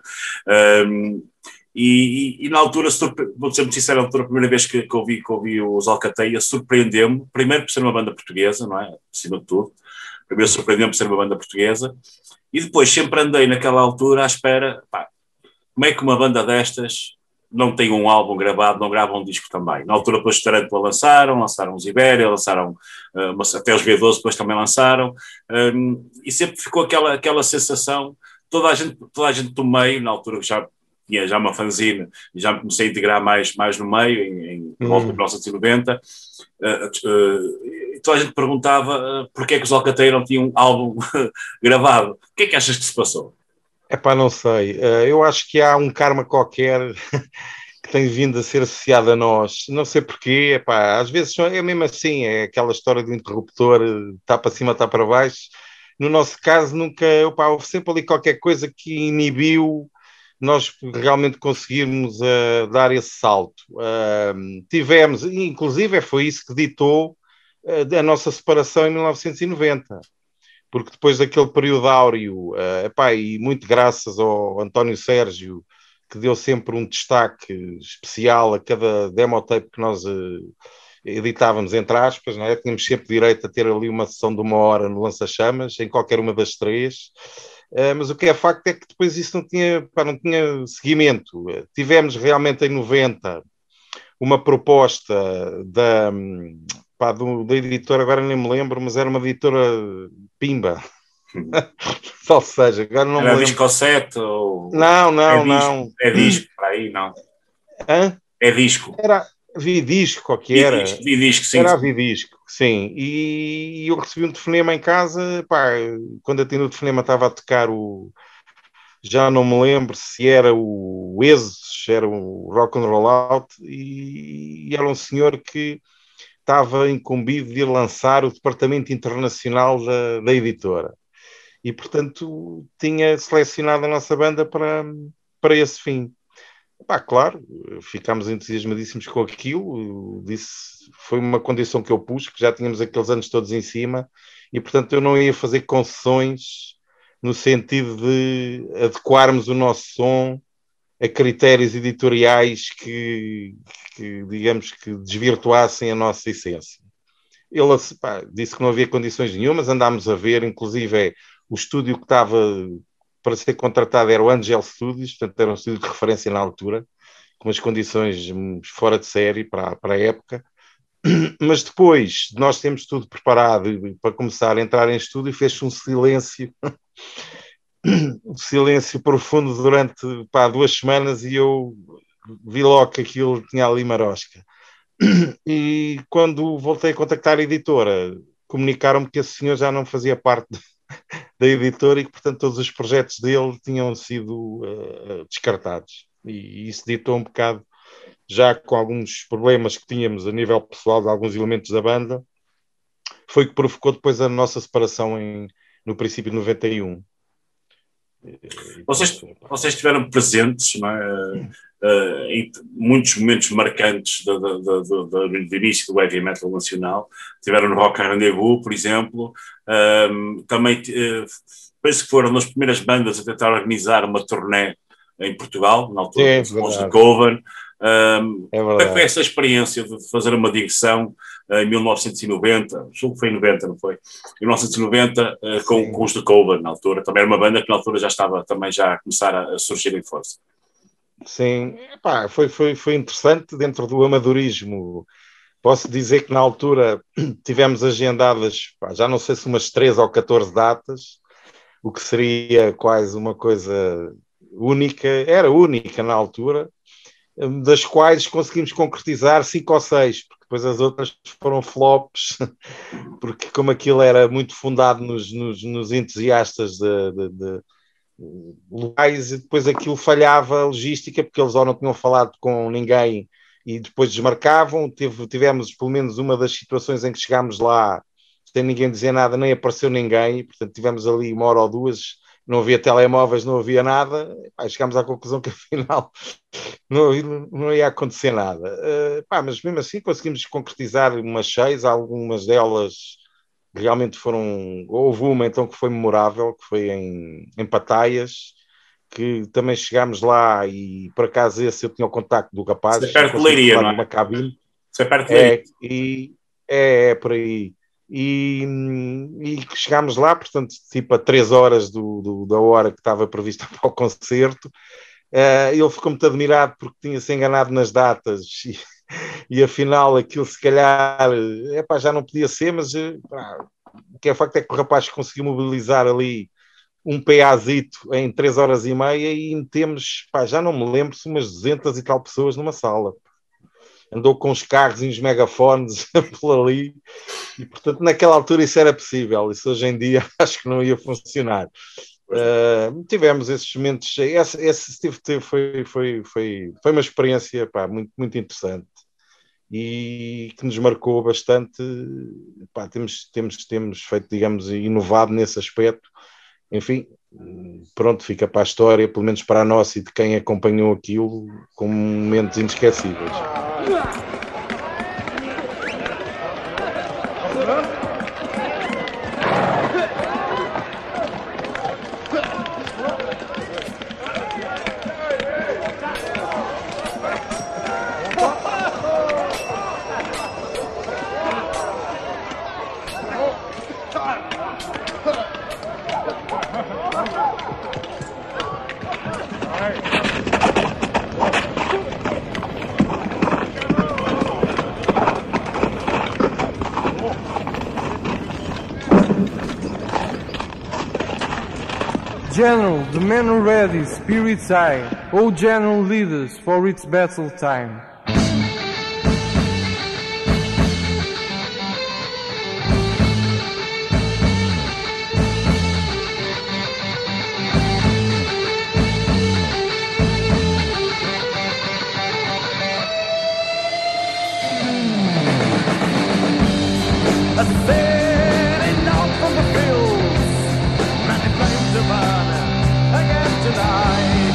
E na altura, vou ser muito sincero, na altura, a primeira vez que ouvi os Alcateia, surpreendeu-me, primeiro por ser uma banda portuguesa, não é? Acima de tudo. Primeiro surpreendeu-me por ser uma banda portuguesa. E depois sempre andei naquela altura à espera, como é que uma banda destas não tem um álbum gravado, não grava um disco também. Na altura, depois os Tarantula lançaram os Ibéria, lançaram até os V12, depois também lançaram, e sempre ficou aquela sensação, toda a gente do meio, na altura que já tinha já uma fanzine, e já me comecei a integrar mais no meio, em volta de 1990, toda a gente perguntava porque é que os Alcateia não tinham um álbum gravado. O que é que achas que se passou? Epá, não sei. Eu acho que há um karma qualquer que tem vindo a ser associado a nós. Não sei porquê. Epá, às vezes é mesmo assim. É aquela história do interruptor, está para cima, está para baixo. No nosso caso, nunca... houve sempre ali qualquer coisa que inibiu nós realmente conseguirmos dar esse salto. Tivemos, inclusive foi isso que ditou a nossa separação em 1990. porque depois daquele período áureo, e muito graças ao António Sérgio, que deu sempre um destaque especial a cada demotape que nós editávamos, entre aspas, não é? Tínhamos sempre direito a ter ali uma sessão de 1 hora no Lança-Chamas, em qualquer uma das 3, mas o que é facto é que depois isso não tinha seguimento. Tivemos realmente em 90 uma proposta da editora, agora nem me lembro, mas era uma editora Pimba. Ou seja, agora não era me lembro. Discossete ou... Não. É disco, para aí, não. Hã? É disco. Era Vidisco, o que era? Vidisco, sim. Era a Vidisco, sim. E eu recebi um telefonema em casa, quando atendi o telefonema estava a tocar já não me lembro se era o Exodus, era o Rock and Roll Out, e era um senhor que estava incumbido de ir lançar o departamento internacional da editora. E, portanto, tinha selecionado a nossa banda para esse fim. Claro, ficámos entusiasmadíssimos com aquilo, foi uma condição que eu pus, que já tínhamos aqueles anos todos em cima, e, portanto, eu não ia fazer concessões no sentido de adequarmos o nosso som a critérios editoriais que digamos, que desvirtuassem a nossa essência. Ele disse que não havia condições nenhumas, andámos a ver, inclusive o estúdio que estava para ser contratado era o Angel Studios, portanto era um estúdio de referência na altura, com umas condições fora de série para a época, mas depois de nós temos tudo preparado para começar a entrar em estúdio, fez-se um silêncio profundo durante 2 semanas, e eu vi logo que aquilo tinha ali marosca. E quando voltei a contactar a editora, comunicaram-me que esse senhor já não fazia parte da editora e que, portanto, todos os projetos dele tinham sido descartados. E isso ditou um bocado, já com alguns problemas que tínhamos a nível pessoal de alguns elementos da banda, foi que provocou depois a nossa separação no princípio de 91. Vocês estiveram presentes, não é? Em muitos momentos marcantes do início do heavy metal nacional. Estiveram no Rock Rendezvous, por exemplo. Também penso que foram as primeiras bandas a tentar organizar uma turnê em Portugal, na altura dos de Coven. Como é que foi essa experiência de fazer uma digressão em 1990? Julgo que foi em 90, não foi? Em 1990, com os de Coven, na altura. Também era uma banda que na altura já estava também já a começar a surgir em força. Sim, foi interessante dentro do amadorismo. Posso dizer que na altura tivemos agendadas, já não sei se umas 13 ou 14 datas, o que seria quase uma coisa única, era única na altura, das quais conseguimos concretizar 5 ou 6, porque depois as outras foram flops, porque como aquilo era muito fundado nos entusiastas de locais, e depois aquilo falhava a logística, porque eles ou não tinham falado com ninguém e depois desmarcavam. Tivemos pelo menos uma das situações em que chegámos lá sem ninguém dizer nada, nem apareceu ninguém, e, portanto tivemos ali 1 hora ou 2, não havia telemóveis, não havia nada. Chegámos à conclusão que afinal não ia acontecer nada, mas mesmo assim conseguimos concretizar umas 6, algumas delas realmente foram. Houve uma então que foi memorável, que foi em Pataias, que também chegámos lá e por acaso esse eu tinha o contacto do rapaz. Isso é perto de Leiria, não é? Cabine. Isso é perto de Leiria. É por aí. E chegámos lá, portanto, tipo a 3 horas da hora que estava prevista para o concerto. Ele ficou muito admirado porque tinha-se enganado nas datas e afinal aquilo se calhar já não podia ser, mas o que é facto é que o rapaz conseguiu mobilizar ali um PAzito em 3 horas e meia e metemos, já não me lembro se umas 200 e tal pessoas numa sala. Andou com os carros e os megafones por ali e, portanto, naquela altura isso era possível. Isso hoje em dia acho que não ia funcionar. Tivemos esses momentos. Esse foi uma experiência muito, muito interessante e que nos marcou bastante. Temos feito, digamos, inovado nesse aspecto. Enfim, pronto, fica para a história, pelo menos para a nossa e de quem acompanhou aquilo, como momentos inesquecíveis. General, the men are ready, spirits high. O General, lead us for its battle time. Setting out from the fields, many flames to burn again tonight.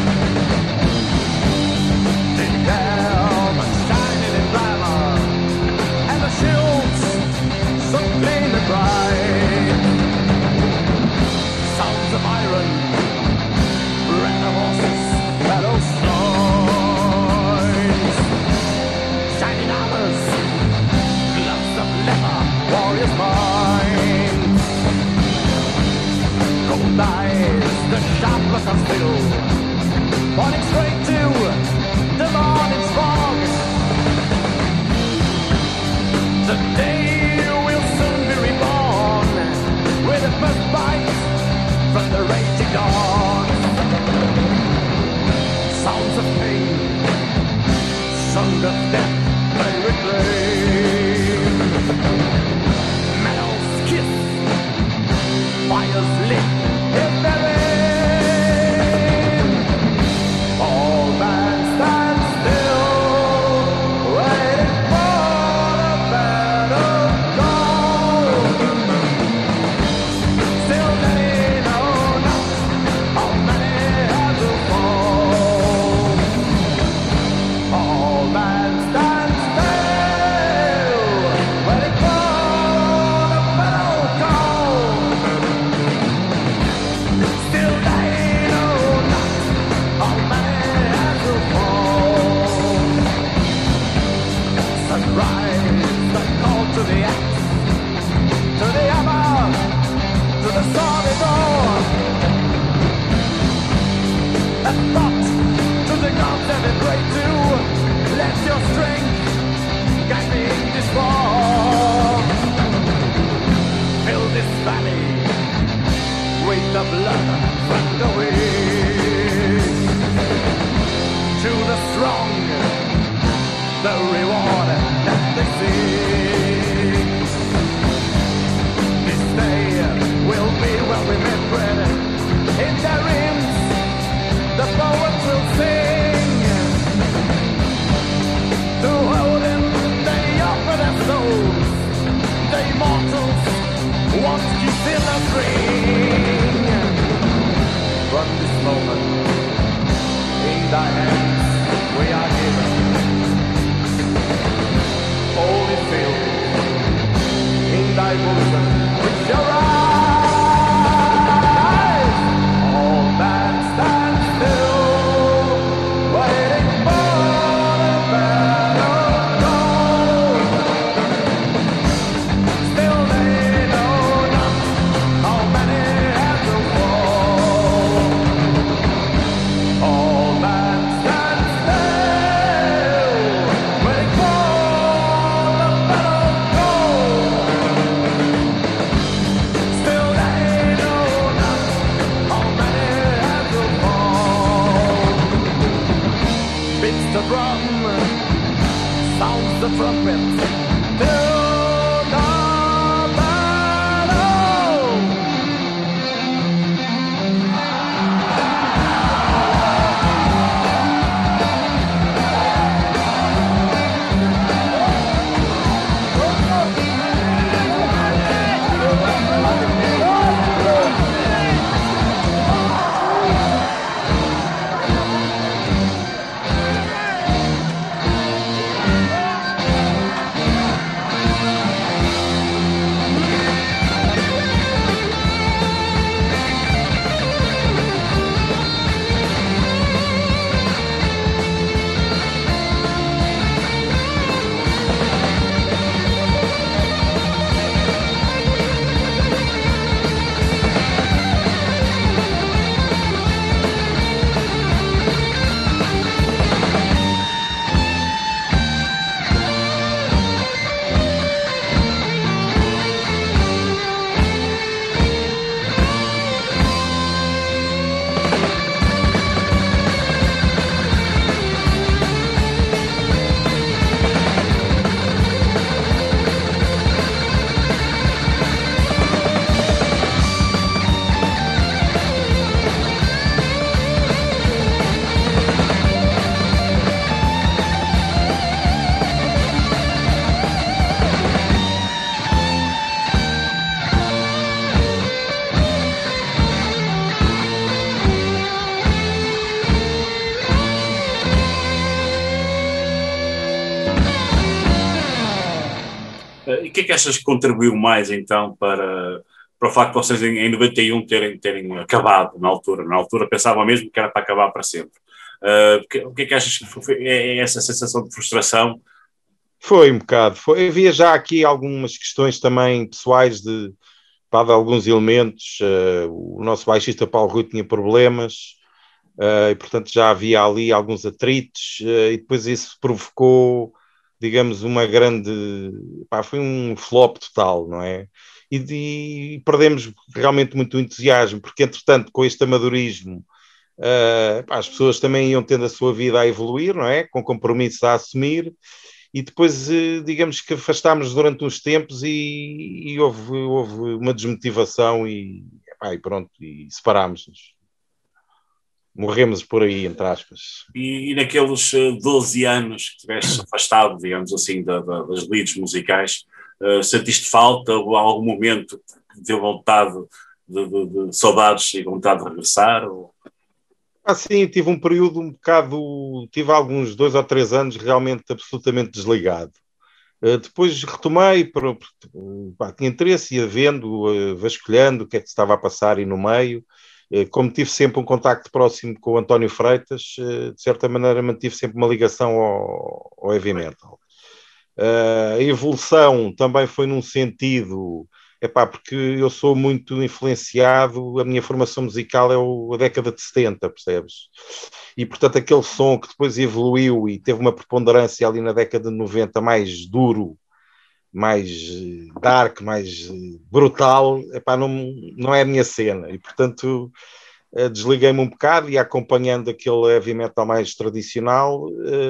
The helmet shining in glamour, and the shields so clean and bright. Sounds of iron, red of horses, battle swords, shining armors, gloves of leather, warriors' minds. Cold eyes, the sharpness of steel, pointing straight to the morning's fog. The day will soon be reborn, with the first bite from the raging dawn. Sounds of pain, sound of death, they reclaim. Metal's kiss, fire's lit in their aim. All man stands still, waiting for the battle call. Still they know not how many have to fall. All man stands still, waiting for the battle call. Still they know not how many have to fall. Sunrise, the call to the axe, to the hammer, to the sword is all. A thought to the gods and a pray to. Let your strength guide me in this war. Fill this valley with the blood from the weak. To the strong, the reward that they seek. This day will be well remembered. In their hymns, the poets will sing. To Odin they offer their souls. The immortals once kissed in a ring. From this moment, in thy hands we are given. Holy field, in thy bosom we shall rise. All man stand still, waiting for the battle call. Still they know not how many have to fall. All man stand still, waiting for the battle call. Still they know not how many have to fall. Beats the drum, sounds the trumpet, till the battle. E o que é que achas que contribuiu mais, então, para o facto de vocês em 91 terem acabado na altura? Na altura pensavam mesmo que era para acabar para sempre. O que é que achas que foi essa sensação de frustração? Foi um bocado. Havia já aqui algumas questões também pessoais de alguns elementos. O nosso baixista Paulo Rui tinha problemas, e portanto já havia ali alguns atritos, e depois isso provocou, digamos, uma grande... foi um flop total, não é? E perdemos realmente muito entusiasmo, porque entretanto com este amadorismo as pessoas também iam tendo a sua vida a evoluir, não é? Com compromissos a assumir, e depois, digamos que afastámos durante uns tempos e houve uma desmotivação e pronto, e separámos-nos. Morremos por aí, entre aspas. E naqueles 12 anos que tiveste afastado, digamos assim, das leads musicais, sentiste falta ou algum momento que deu vontade de saudades e vontade de regressar? Ou... Sim, tive um período um bocado, tive alguns 2 ou 3 anos realmente absolutamente desligado. Depois retomei, tinha interesse, ia vendo, vasculhando o que é que se estava a passar e no meio. Como tive sempre um contacto próximo com o António Freitas, de certa maneira mantive sempre uma ligação ao heavy metal. A evolução também foi num sentido... porque eu sou muito influenciado, a minha formação musical é a década de 70, percebes? E, portanto, aquele som que depois evoluiu e teve uma preponderância ali na década de 90 mais duro, mais dark, mais brutal, não é a minha cena. E, portanto, desliguei-me um bocado e acompanhando aquele heavy metal mais tradicional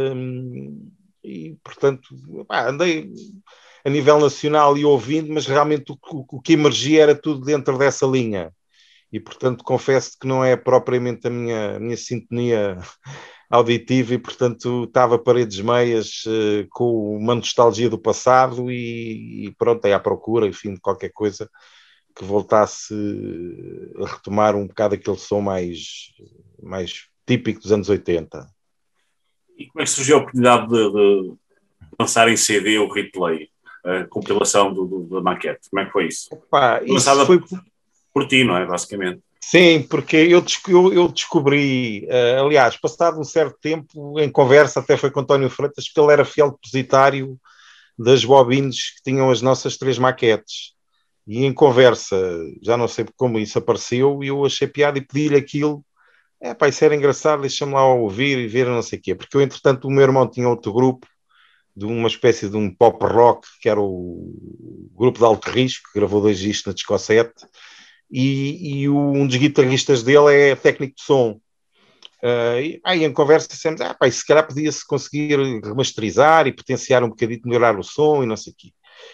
e, portanto, andei... a nível nacional e ouvindo, mas realmente o que emergia era tudo dentro dessa linha. E, portanto, confesso que não é propriamente a minha sintonia auditiva e, portanto, estava paredes meias com uma nostalgia do passado e pronto, aí à procura, enfim, de qualquer coisa que voltasse a retomar um bocado aquele som mais típico dos anos 80. E como é que surgiu a oportunidade de lançar em CD o Replay? A compilação da maquete, como é que foi isso? Isso foi por ti, não é? Basicamente. Sim, porque eu descobri, aliás, passado um certo tempo, em conversa até foi com António Freitas, que ele era fiel depositário das bobines que tinham as nossas 3 maquetes. E em conversa, já não sei como isso apareceu, e eu achei piada e pedi-lhe aquilo. Isso era engraçado, deixa-me lá ouvir e ver não sei o quê. Porque eu, entretanto, o meu irmão tinha outro grupo, de uma espécie de um pop rock, que era o grupo de Alto Risco, que gravou 2 discos na discossete, e um dos guitarristas dele é técnico de som. Aí em conversa dissemos, se calhar podia-se conseguir remasterizar e potenciar um bocadinho, melhorar o som e não sei o quê.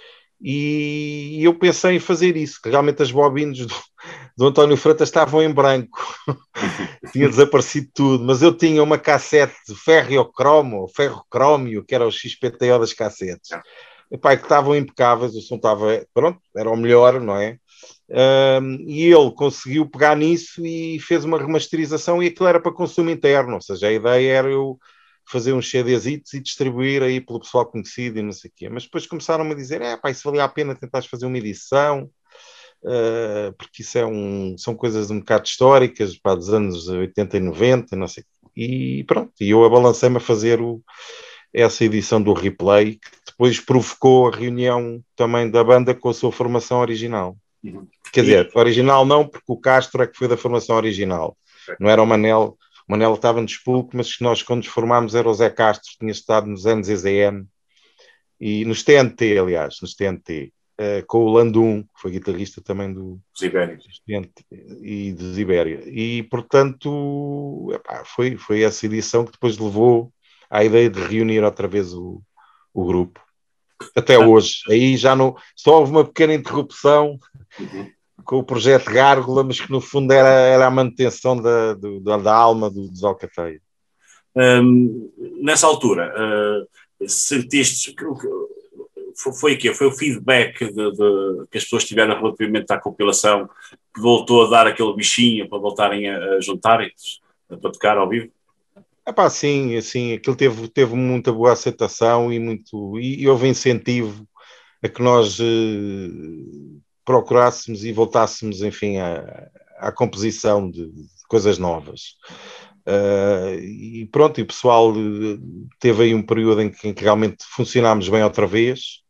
E eu pensei em fazer isso, que realmente as bobines do António Freitas estavam em branco. Tinha desaparecido tudo, mas eu tinha uma cassete de ferrocrómio, que era o XPTO das cassetes, que estavam impecáveis, o som estava, pronto, era o melhor, não é? E ele conseguiu pegar nisso e fez uma remasterização e aquilo era para consumo interno, ou seja, a ideia era eu fazer uns CDzitos e distribuir aí pelo pessoal conhecido e não sei o quê, mas depois começaram-me a dizer, isso valia a pena tentares fazer uma edição, porque isso são coisas um bocado históricas, dos anos 80 e 90, não sei. E pronto, e eu abalancei-me a fazer essa edição do Replay, que depois provocou a reunião também da banda com a sua formação original. Quer dizer, original não, porque o Castro é que foi da formação original, não era o Manel. O Manel estava no Despulco, mas nós, quando nos formámos, era o Zé Castro, tinha estado nos anos EZN, e nos TNT, aliás, com o Landum, que foi guitarrista também dos TNT e dos Ibéria. E, portanto, foi essa edição que depois levou à ideia de reunir outra vez o grupo. Até hoje. Aí já não... Só houve uma pequena interrupção com o projeto Gárgula, mas que no fundo era a manutenção da alma dos Alcateia. Nessa altura, sentiste foi o feedback que as pessoas tiveram relativamente à compilação que voltou a dar aquele bichinho para voltarem a juntarem-se para tocar ao vivo? Sim, aquilo teve muita boa aceitação e houve incentivo a que nós procurássemos e voltássemos, enfim, à composição de coisas novas. E pronto, e o pessoal teve aí um período em que realmente funcionámos bem outra vez,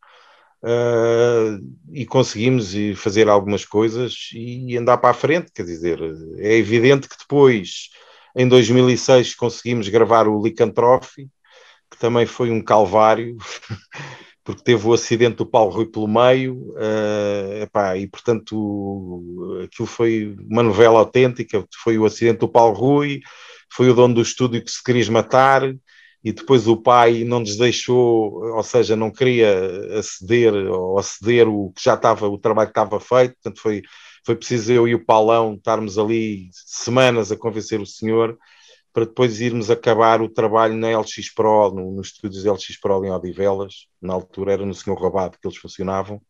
e conseguimos fazer algumas coisas e andar para a frente. Quer dizer, é evidente que depois, em 2006, conseguimos gravar o Lycanthropy, que também foi um calvário, porque teve o acidente do Paulo Rui pelo meio, e portanto aquilo foi uma novela autêntica. Foi o acidente do Paulo Rui, foi o dono do estúdio que se queria matar, e depois o pai não nos deixou, ou seja, não queria aceder o que já estava, o trabalho que estava feito. Portanto foi preciso eu e o Paulão estarmos ali semanas a convencer o senhor, para depois irmos acabar o trabalho na LX Pro, nos estúdios LX Pro em Odivelas. Na altura era no Senhor Rabado que eles funcionavam.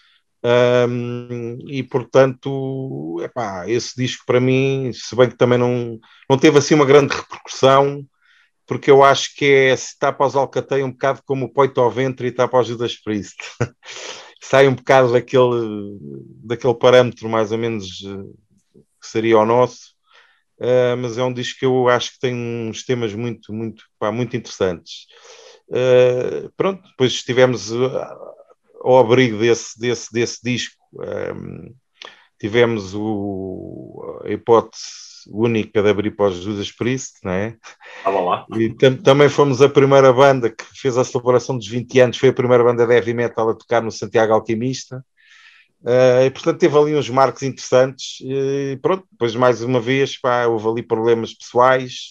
E portanto, esse disco para mim, se bem que também não teve assim uma grande repercussão, porque eu acho que se está para os Alcateia um bocado como o Poito ao Ventre e está para os Judas Priest. Sai um bocado daquele parâmetro mais ou menos que seria o nosso. Mas é um disco que eu acho que tem uns temas muito, muito, muito interessantes. Pronto, depois estivemos ao abrigo desse disco. Tivemos a hipótese única de abrir para os Judas Priest, não é? Lá. E também fomos a primeira banda que fez a celebração dos 20 anos, foi a primeira banda de heavy metal a tocar no Santiago Alquimista. E portanto teve ali uns marcos interessantes. E pronto, depois mais uma vez houve ali problemas pessoais,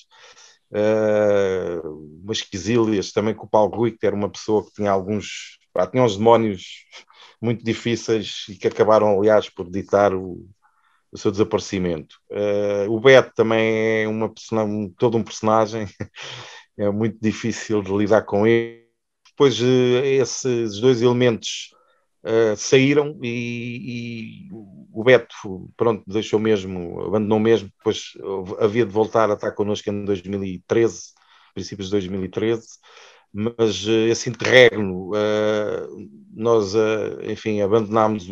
umas quisílias também com o Paulo Rui, que era uma pessoa que tinha tinha uns demónios muito difíceis e que acabaram, aliás, por ditar o seu desaparecimento. O Beto também é todo um personagem, é muito difícil de lidar com ele. Depois esses dois elementos saíram e o Beto, pronto, abandonou mesmo. Depois havia de voltar a estar connosco em 2013, princípios de 2013, mas esse interregno, nós, enfim, abandonámos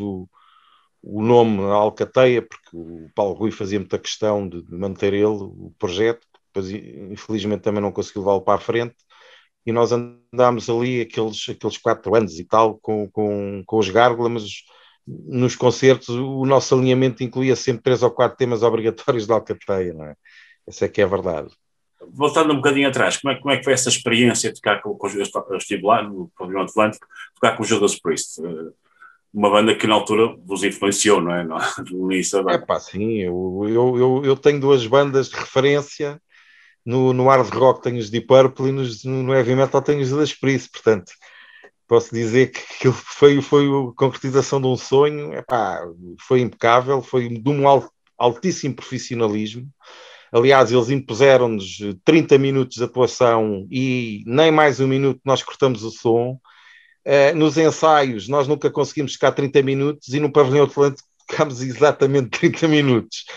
o nome Alcateia, porque o Paulo Rui fazia muita questão de manter ele, o projeto. Depois, infelizmente, também não conseguiu levá-lo para a frente. E nós andámos ali aqueles 4 anos e tal com os Gárgula, mas nos concertos o nosso alinhamento incluía sempre 3 ou 4 temas obrigatórios de Alcateia, não é? Essa é que é a verdade. Voltando um bocadinho atrás, como é que foi essa experiência de tocar com os eu estive lá no Pavilhão Atlântico, tocar com o Judas Priest? Uma banda que na altura vos influenciou, não é? No início da banda. Sim, eu tenho 2 bandas de referência. No hard rock tenho os Deep Purple e no heavy metal tenho os Judas Priest. Portanto, posso dizer que foi a concretização de um sonho. Foi impecável, foi de um altíssimo profissionalismo. Aliás, eles impuseram-nos 30 minutos de atuação e nem mais um minuto nós cortamos o som. Nos ensaios nós nunca conseguimos ficar 30 minutos e no Pavilhão Atlântico ficámos exatamente 30 minutos.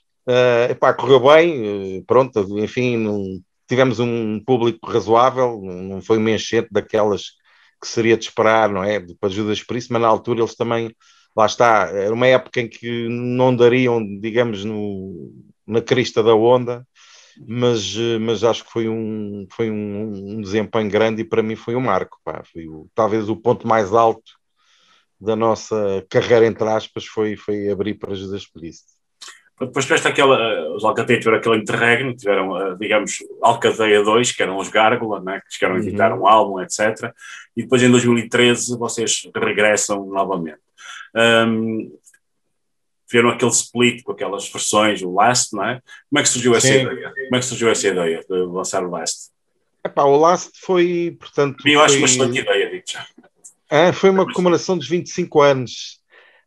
Correu bem, pronto, enfim, tivemos um público razoável, não foi uma enchente daquelas que seria de esperar, não é? Para Judas Priest, mas na altura eles também, lá está, era uma época em que não andariam, digamos, na crista da onda, mas acho que foi um desempenho grande e para mim foi um marco, foi talvez o ponto mais alto da nossa carreira, entre aspas, foi abrir para Judas Priest. Depois tiveste os Alcateia tiveram aquele interregno, tiveram, digamos, Alcateia 2, que eram os Gárgula, né, que chegaram a editar um álbum, etc. E depois em 2013 vocês regressam novamente. Tiveram aquele split com aquelas versões, o Last, não é? Como é que surgiu essa ideia? Como é que surgiu essa ideia de lançar o Last? O Last foi, portanto... Eu acho uma excelente ideia, digo já. Foi uma comemoração dos 25 anos.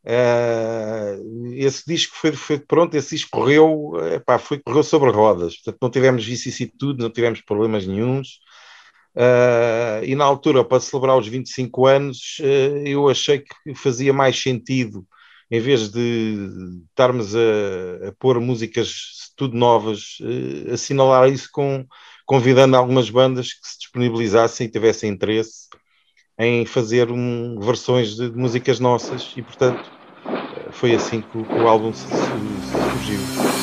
Esse disco foi pronto, esse disco correu sobre rodas, portanto não tivemos vicissitude, não tivemos problemas nenhuns, e na altura, para celebrar os 25 anos, eu achei que fazia mais sentido, em vez de estarmos a pôr músicas tudo novas, assinalar isso convidando algumas bandas que se disponibilizassem e tivessem interesse. em fazer versões de músicas nossas e, portanto, foi assim que o álbum surgiu.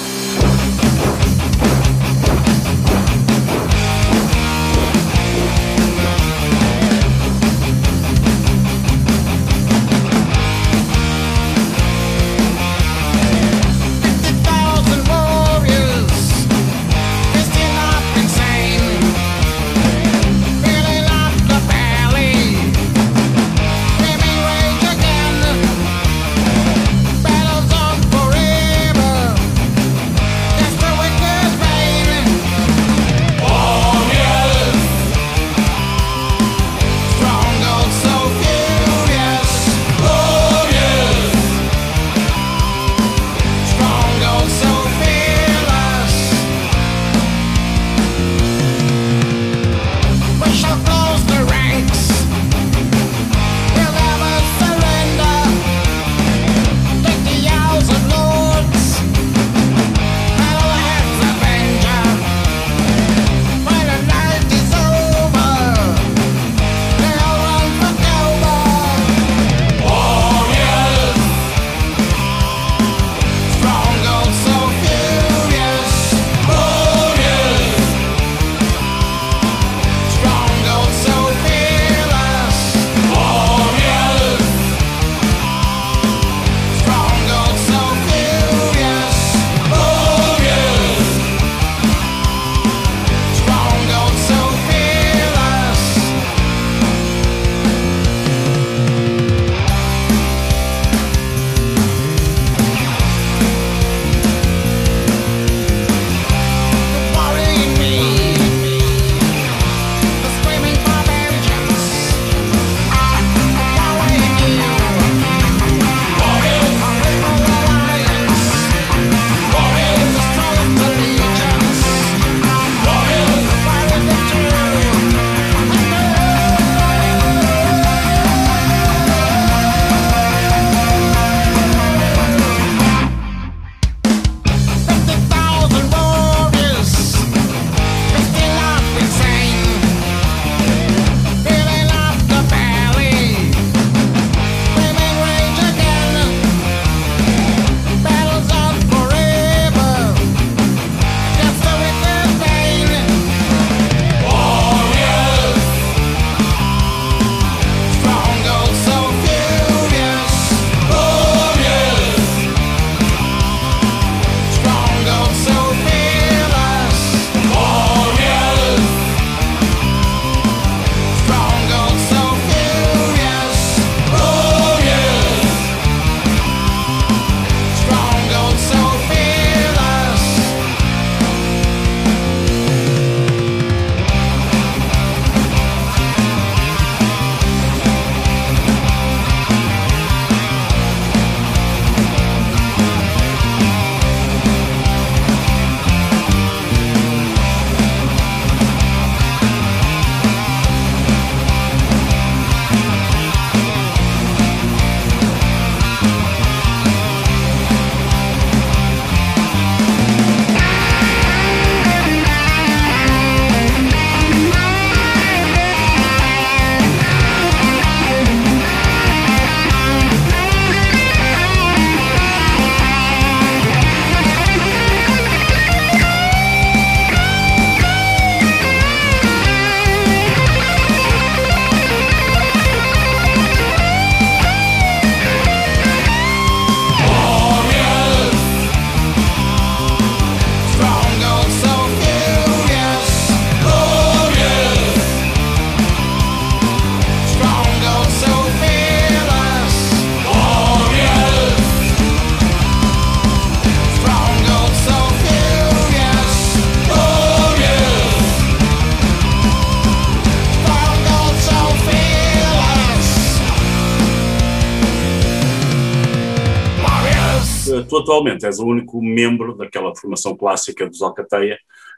tu atualmente és o único membro daquela formação clássica dos Alcateia.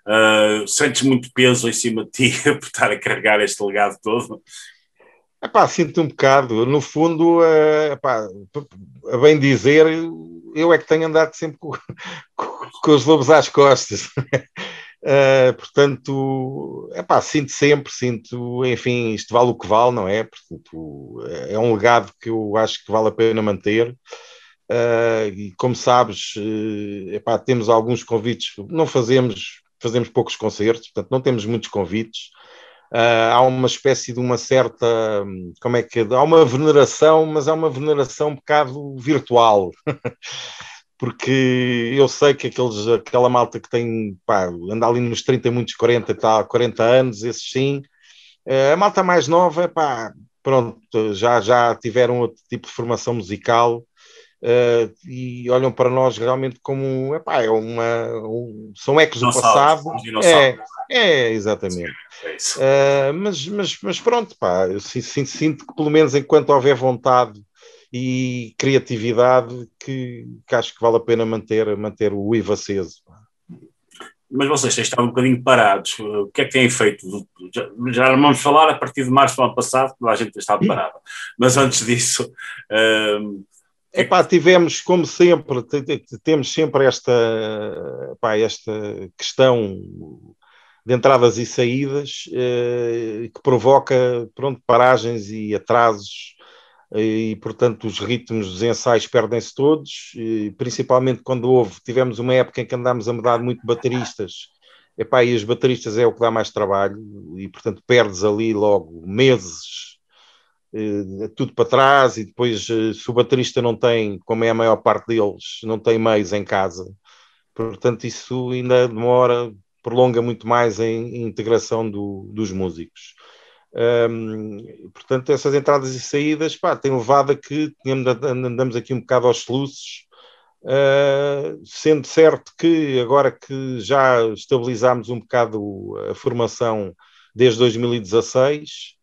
Sentes muito peso em cima de ti por estar a carregar este legado todo? Epá, sinto um bocado. No fundo, epá, a bem dizer, eu é que tenho andado sempre com os lobos às costas. Portanto, sinto, enfim, isto vale o que vale, não é? Portanto, é um legado que eu acho que vale a pena manter. E como sabes, temos alguns convites, não fazemos poucos concertos, portanto não temos muitos convites. Há uma espécie de uma certa, há uma veneração, mas há uma veneração um bocado virtual. Porque eu sei que aquela malta que tem, anda ali nos 30, muitos 40 e tal, 40 anos, esses sim, a malta mais nova, pronto, já tiveram outro tipo de formação musical, e olham para nós realmente como, são ecos do passado. Exatamente. Mas pronto, eu sinto que pelo menos enquanto houver vontade e criatividade, que acho que vale a pena manter o Ivo aceso. Mas vocês têm estado um bocadinho parados. O que é que têm feito? Já não vamos falar a partir de março do ano passado, toda a gente tem estado parada. Mas antes disso... tivemos, como sempre, temos sempre esta questão de entradas e saídas, que provoca, paragens e atrasos, e portanto os ritmos dos ensaios perdem-se todos, principalmente quando tivemos uma época em que andámos a mudar muito bateristas, e os bateristas é o que dá mais trabalho, e portanto perdes ali logo meses, tudo para trás, e depois se o baterista não tem, como é a maior parte deles, não tem meios em casa, portanto isso ainda prolonga muito mais a integração dos músicos. Portanto, essas entradas e saídas têm levado a que andamos aqui um bocado aos soluços, sendo certo que agora que já estabilizámos um bocado a formação desde 2016,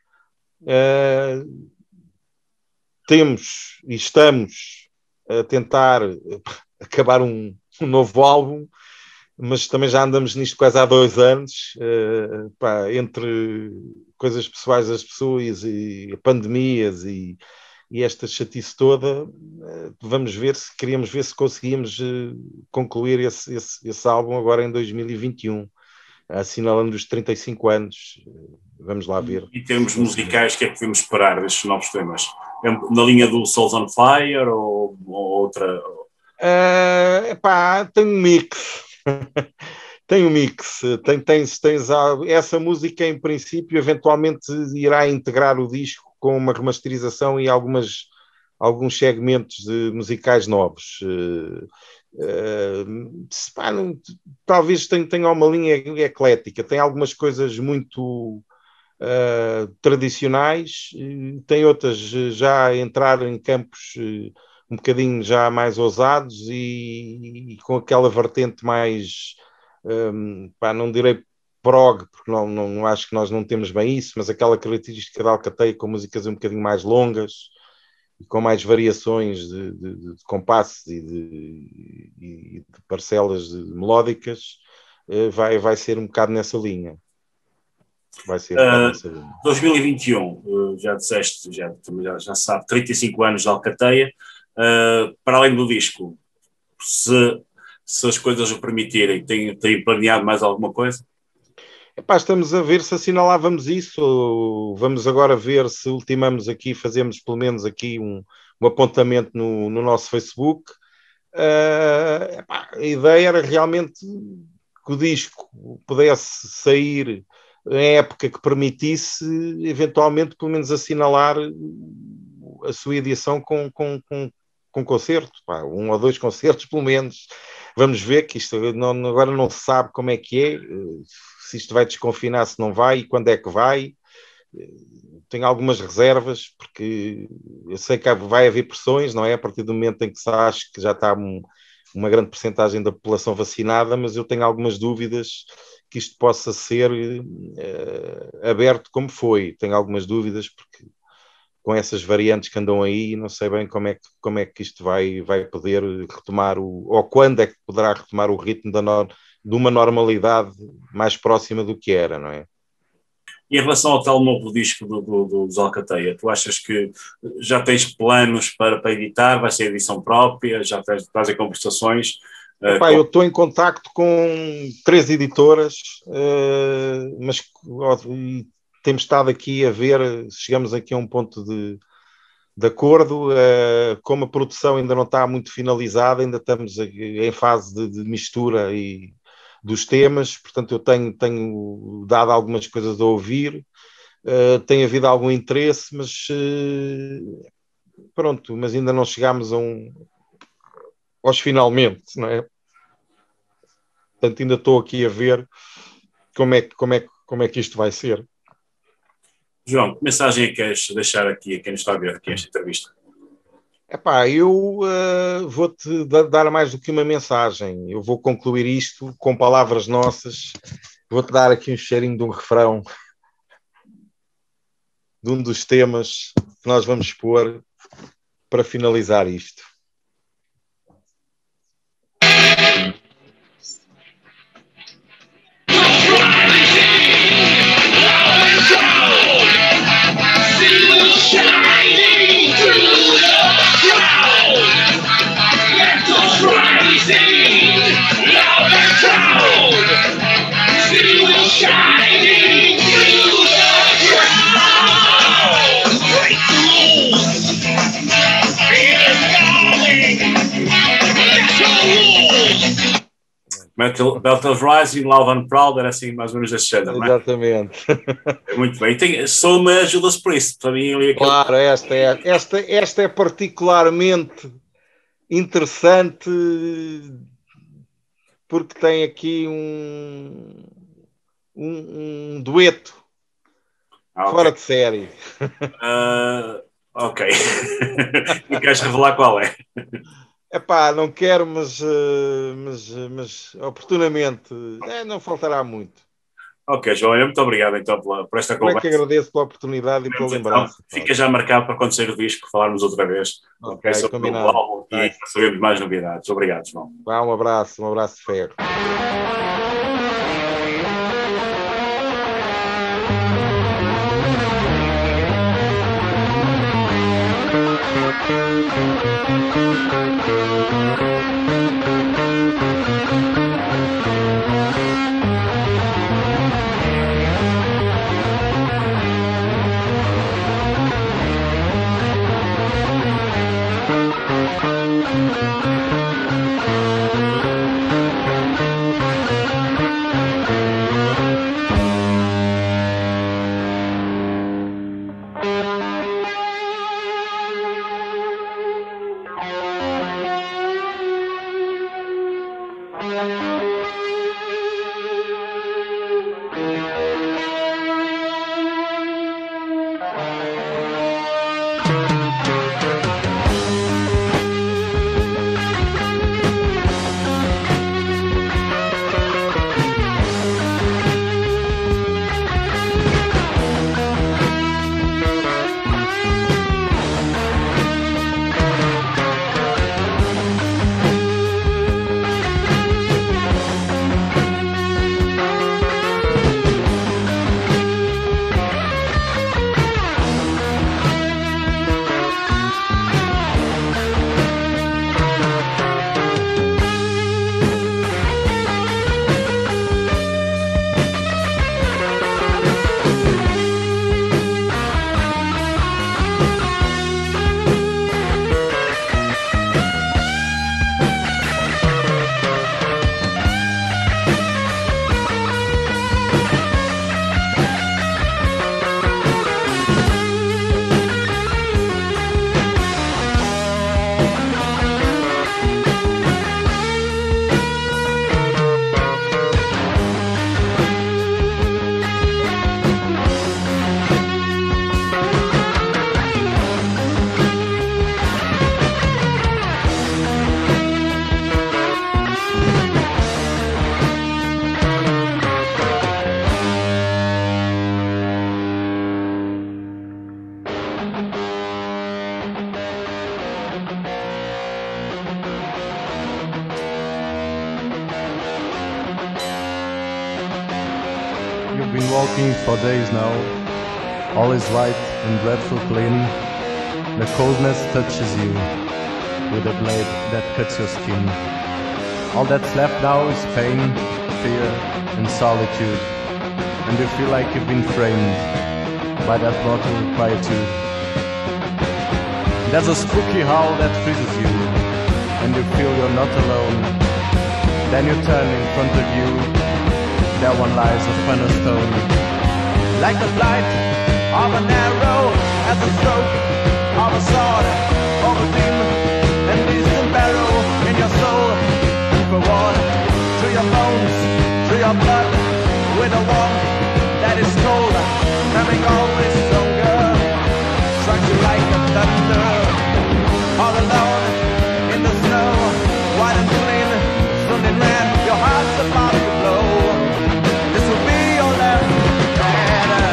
temos e estamos a tentar acabar um novo álbum, mas também já andamos nisto quase há 2 anos, entre coisas pessoais das pessoas e pandemias e esta chatice toda. Queríamos ver se conseguíamos concluir esse álbum agora em 2021, assinalando os 35 anos. Vamos lá ver. Em termos musicais, o que é que podemos esperar destes novos temas? Na linha do Souls on Fire ou outra? Tem um mix. Tem um mix. Tens essa música, em princípio, eventualmente irá integrar o disco com uma remasterização e alguns segmentos musicais novos. Talvez tenha uma linha eclética. Tem algumas coisas muito tradicionais, tem outras já a entrar em campos um bocadinho já mais ousados e com aquela vertente mais, não direi prog, porque não acho que nós não temos bem isso, mas aquela característica da Alcateia com músicas um bocadinho mais longas e com mais variações de compassos e de parcelas melódicas, vai ser um bocado nessa linha. Vai ser 2021, já disseste, já sabe, 35 anos de Alcateia. Para além do disco, se as coisas o permitirem, têm planeado mais alguma coisa? Estamos a ver se assinalávamos isso. Vamos agora ver se ultimamos aqui, fazemos pelo menos aqui um apontamento no nosso Facebook. A ideia era realmente que o disco pudesse sair em época que permitisse, eventualmente, pelo menos assinalar a sua edição com concerto, 1 ou 2 concertos, pelo menos. Vamos ver, que isto agora não se sabe como é que é, se isto vai desconfinar, se não vai, e quando é que vai. Tenho algumas reservas, porque eu sei que vai haver pressões, não é? A partir do momento em que se acha que já está uma grande percentagem da população vacinada, mas eu tenho algumas dúvidas que isto possa ser aberto como foi. Tenho algumas dúvidas, porque com essas variantes que andam aí, não sei bem como é que isto vai poder retomar, ou quando é que poderá retomar o ritmo de uma normalidade mais próxima do que era, não é? E em relação ao tal novo disco dos Alcateia, tu achas que já tens planos para editar? Vai ser edição própria? Já estás em conversações? Eu estou em contacto com 3 editoras, mas temos estado aqui a ver, chegamos aqui a um ponto de acordo, como a produção ainda não está muito finalizada, ainda estamos em fase de mistura dos temas, portanto eu tenho dado algumas coisas a ouvir, tem havido algum interesse, mas pronto, mas ainda não chegámos aos finalmente, não é? Portanto ainda estou aqui a ver como é que isto vai ser. João, que mensagem é que queres deixar aqui a quem nos está a ver aqui esta entrevista? Eu vou-te dar mais do que uma mensagem. Eu vou concluir isto com palavras nossas. Vou-te dar aqui um cheirinho de um refrão de um dos temas que nós vamos expor para finalizar isto. Shining through the crowd, let us rising, loud and proud. See us shining through the crowd. Break the rules, fear calling, that's our rules. Metal Rising, Loud and Proud, era assim mais ou menos desse género, não é? Exatamente. Muito bem. Soul-me ajuda-se por isso. Para mim, ali claro, esta é particularmente interessante porque tem aqui um dueto fora de série. Ok. E queres revelar qual é? Não quero, mas oportunamente não faltará muito. Ok, João, muito obrigado então por esta conversa. Eu é que agradeço pela oportunidade e pela lembrança. Fica já marcado para quando sair o disco falarmos outra vez. Ok, combinado. Álbum, e sabemos mais novidades. Obrigado, João. Um abraço de ferro. Walking for days now, all is white and dreadful clean. The coldness touches you with a blade that cuts your skin. All that's left now is pain, fear, and solitude. And you feel like you've been framed by that mortal quietude. There's a spooky howl that freezes you, and you feel you're not alone. Then you turn in front of you, there one lies upon a stone. Like the flight of an arrow, as a stroke of a sword, of a demon, and distant barrow in your soul. And for water, through your bones, through your blood, with a warmth that is cold, coming always stronger, strikes you like a thunder. All alone in the snow, white and clean, soon in red, your heart's about to blow. This will be your last banner.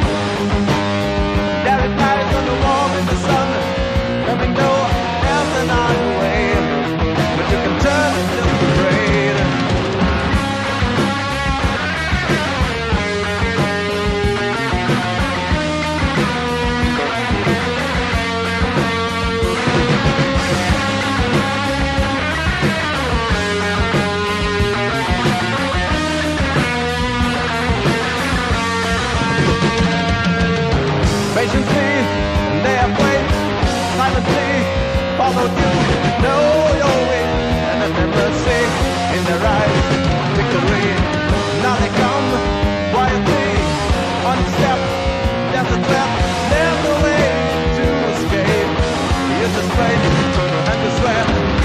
There it lies on the wall in the sun, coming no else than on the way, but you can turn it to parade. Patiently, they have waited, silently followed you, know your way, and at their mercy, in their eyes, victory. Now they come, quietly, one step, there's a trap, there's no way to escape. You just wait, and you sweat.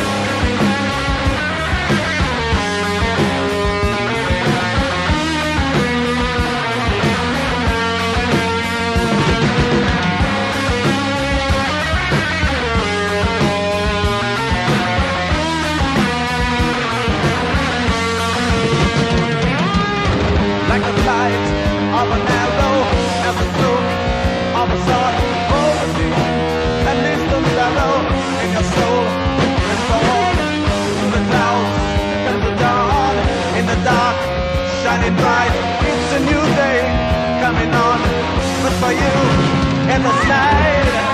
Of an arrow, as a stroke of a sword, over deep, and distant arrow in your soul, and fall in the clouds, and the dawn, in the dark, shining bright. It's a new day coming on, but for you, in the night.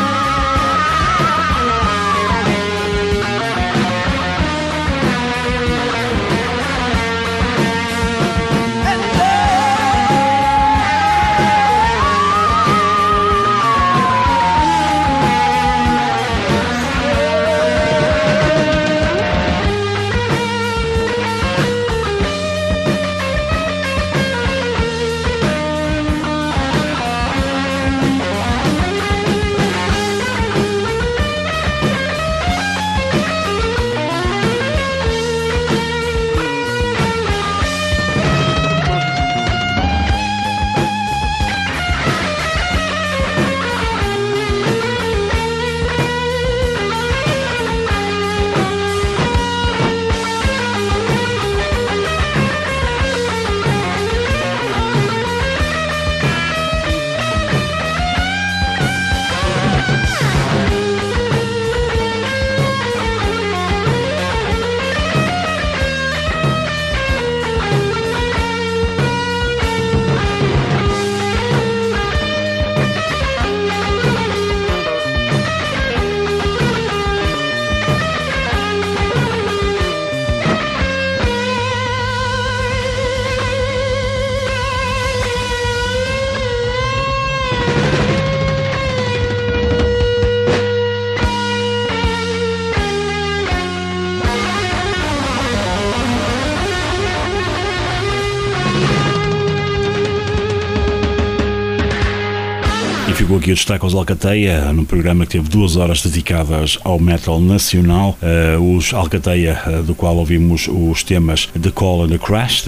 Ficou aqui o destaque aos Alcateia, num programa que teve 2 horas dedicadas ao metal nacional. Os Alcateia, do qual ouvimos os temas The Call and the Crash,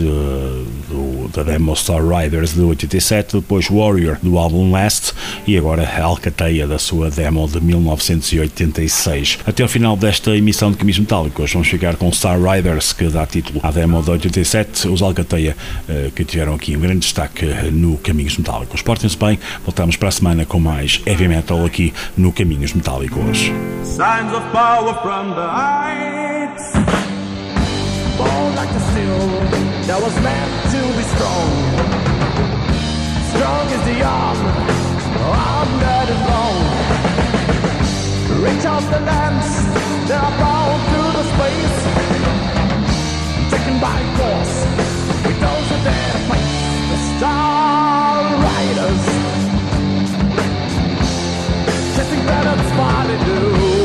da demo Star Riders de 87, depois Warrior do álbum Last e agora a Alcateia da sua demo de 1986. Até ao final desta emissão de Caminhos Metálicos vamos ficar com Star Riders, que dá título à demo de 87, os Alcateia que tiveram aqui um grande destaque no Caminhos Metálicos. Portem-se bem, voltamos para a semana com mais heavy metal aqui no Caminhos Metálicos. Signs of power from the heights, born like the steel that was meant to be strong. Strong is the arm that is long. Reach out the lands that are bound through the space. taken by force. With those who dare to face the Star Riders, chasing planets far to do,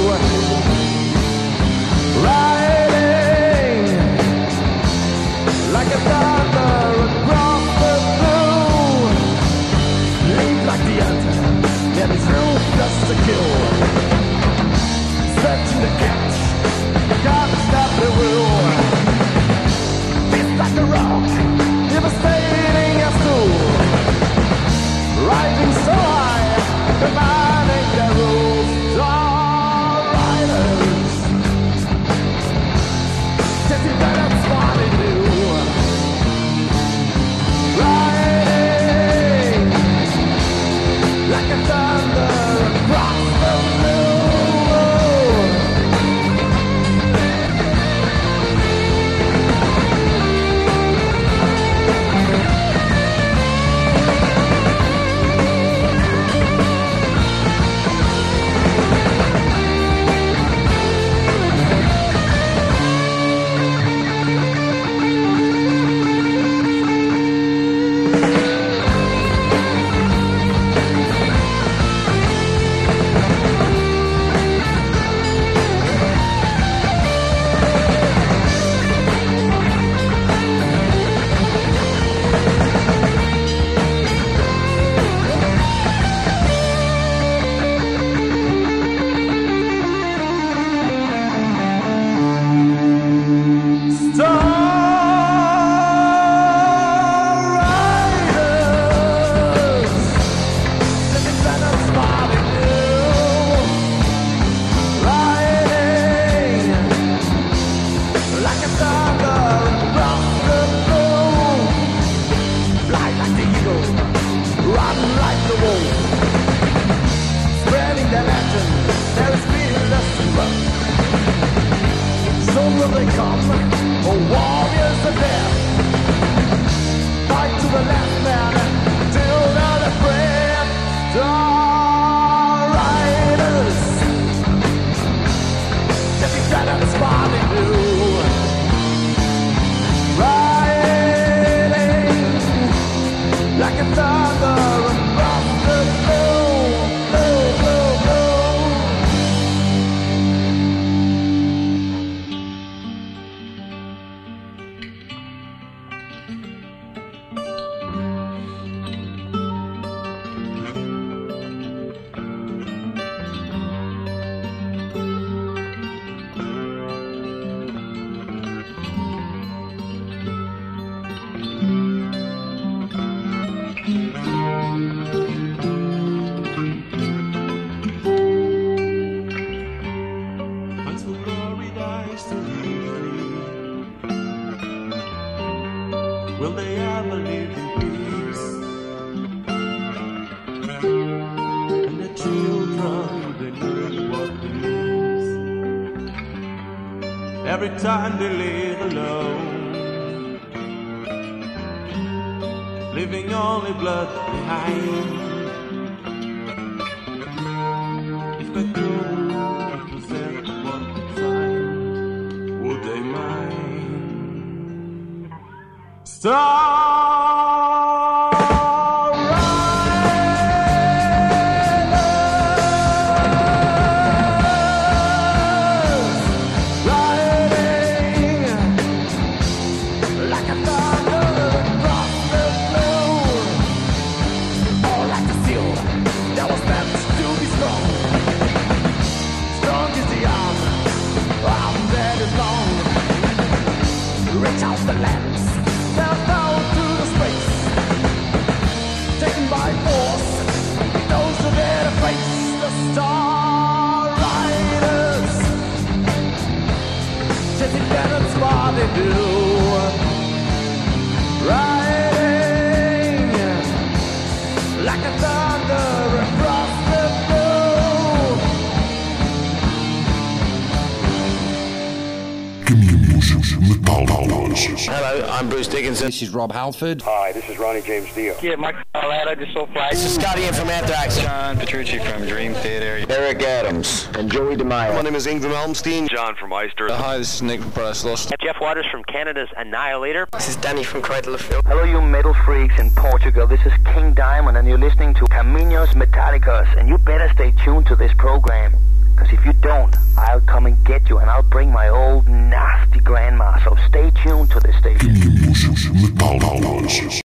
riding like a thunder across the blue. Leap like the hunter, there is ruthless to kill, searching to catch, can't stop the will. It's like a rock, devastating as tool, rising so high, commanding the rules. Star Riders, chasing planets far to do, riding like a thunder across the blue. Every time they live alone, leaving only blood behind. If they could represent what they find, would they mind? Reach out the lands, down through the space, taken by force. Those who dare to face the Star Riders, chasing planets far they do, riding like a thunder across the blue. Caminhos Metálicos. Hello, I'm Bruce Dickinson. This is Rob Halford. Hi, this is Ronnie James Dio. Yeah, Mike Aletta, just so fly. This is Scotty in from Anthrax. John Petrucci from Dream Theater. Eric Adams and Joey DeMaio. My name is Ingram Elmstein. John from Oyster. Hi, this is Nick from Paradise Lost. Jeff Waters from Canada's Annihilator. This is Danny from Cradle of Filth. Hello, you metal freaks in Portugal. This is King Diamond, and you're listening to Caminhos Metálicos. And you better stay tuned to this program, because if you don't, I'll come and get you, and I'll bring my old nasty grandma. So stay tuned to this station. Caminhos Metálicos.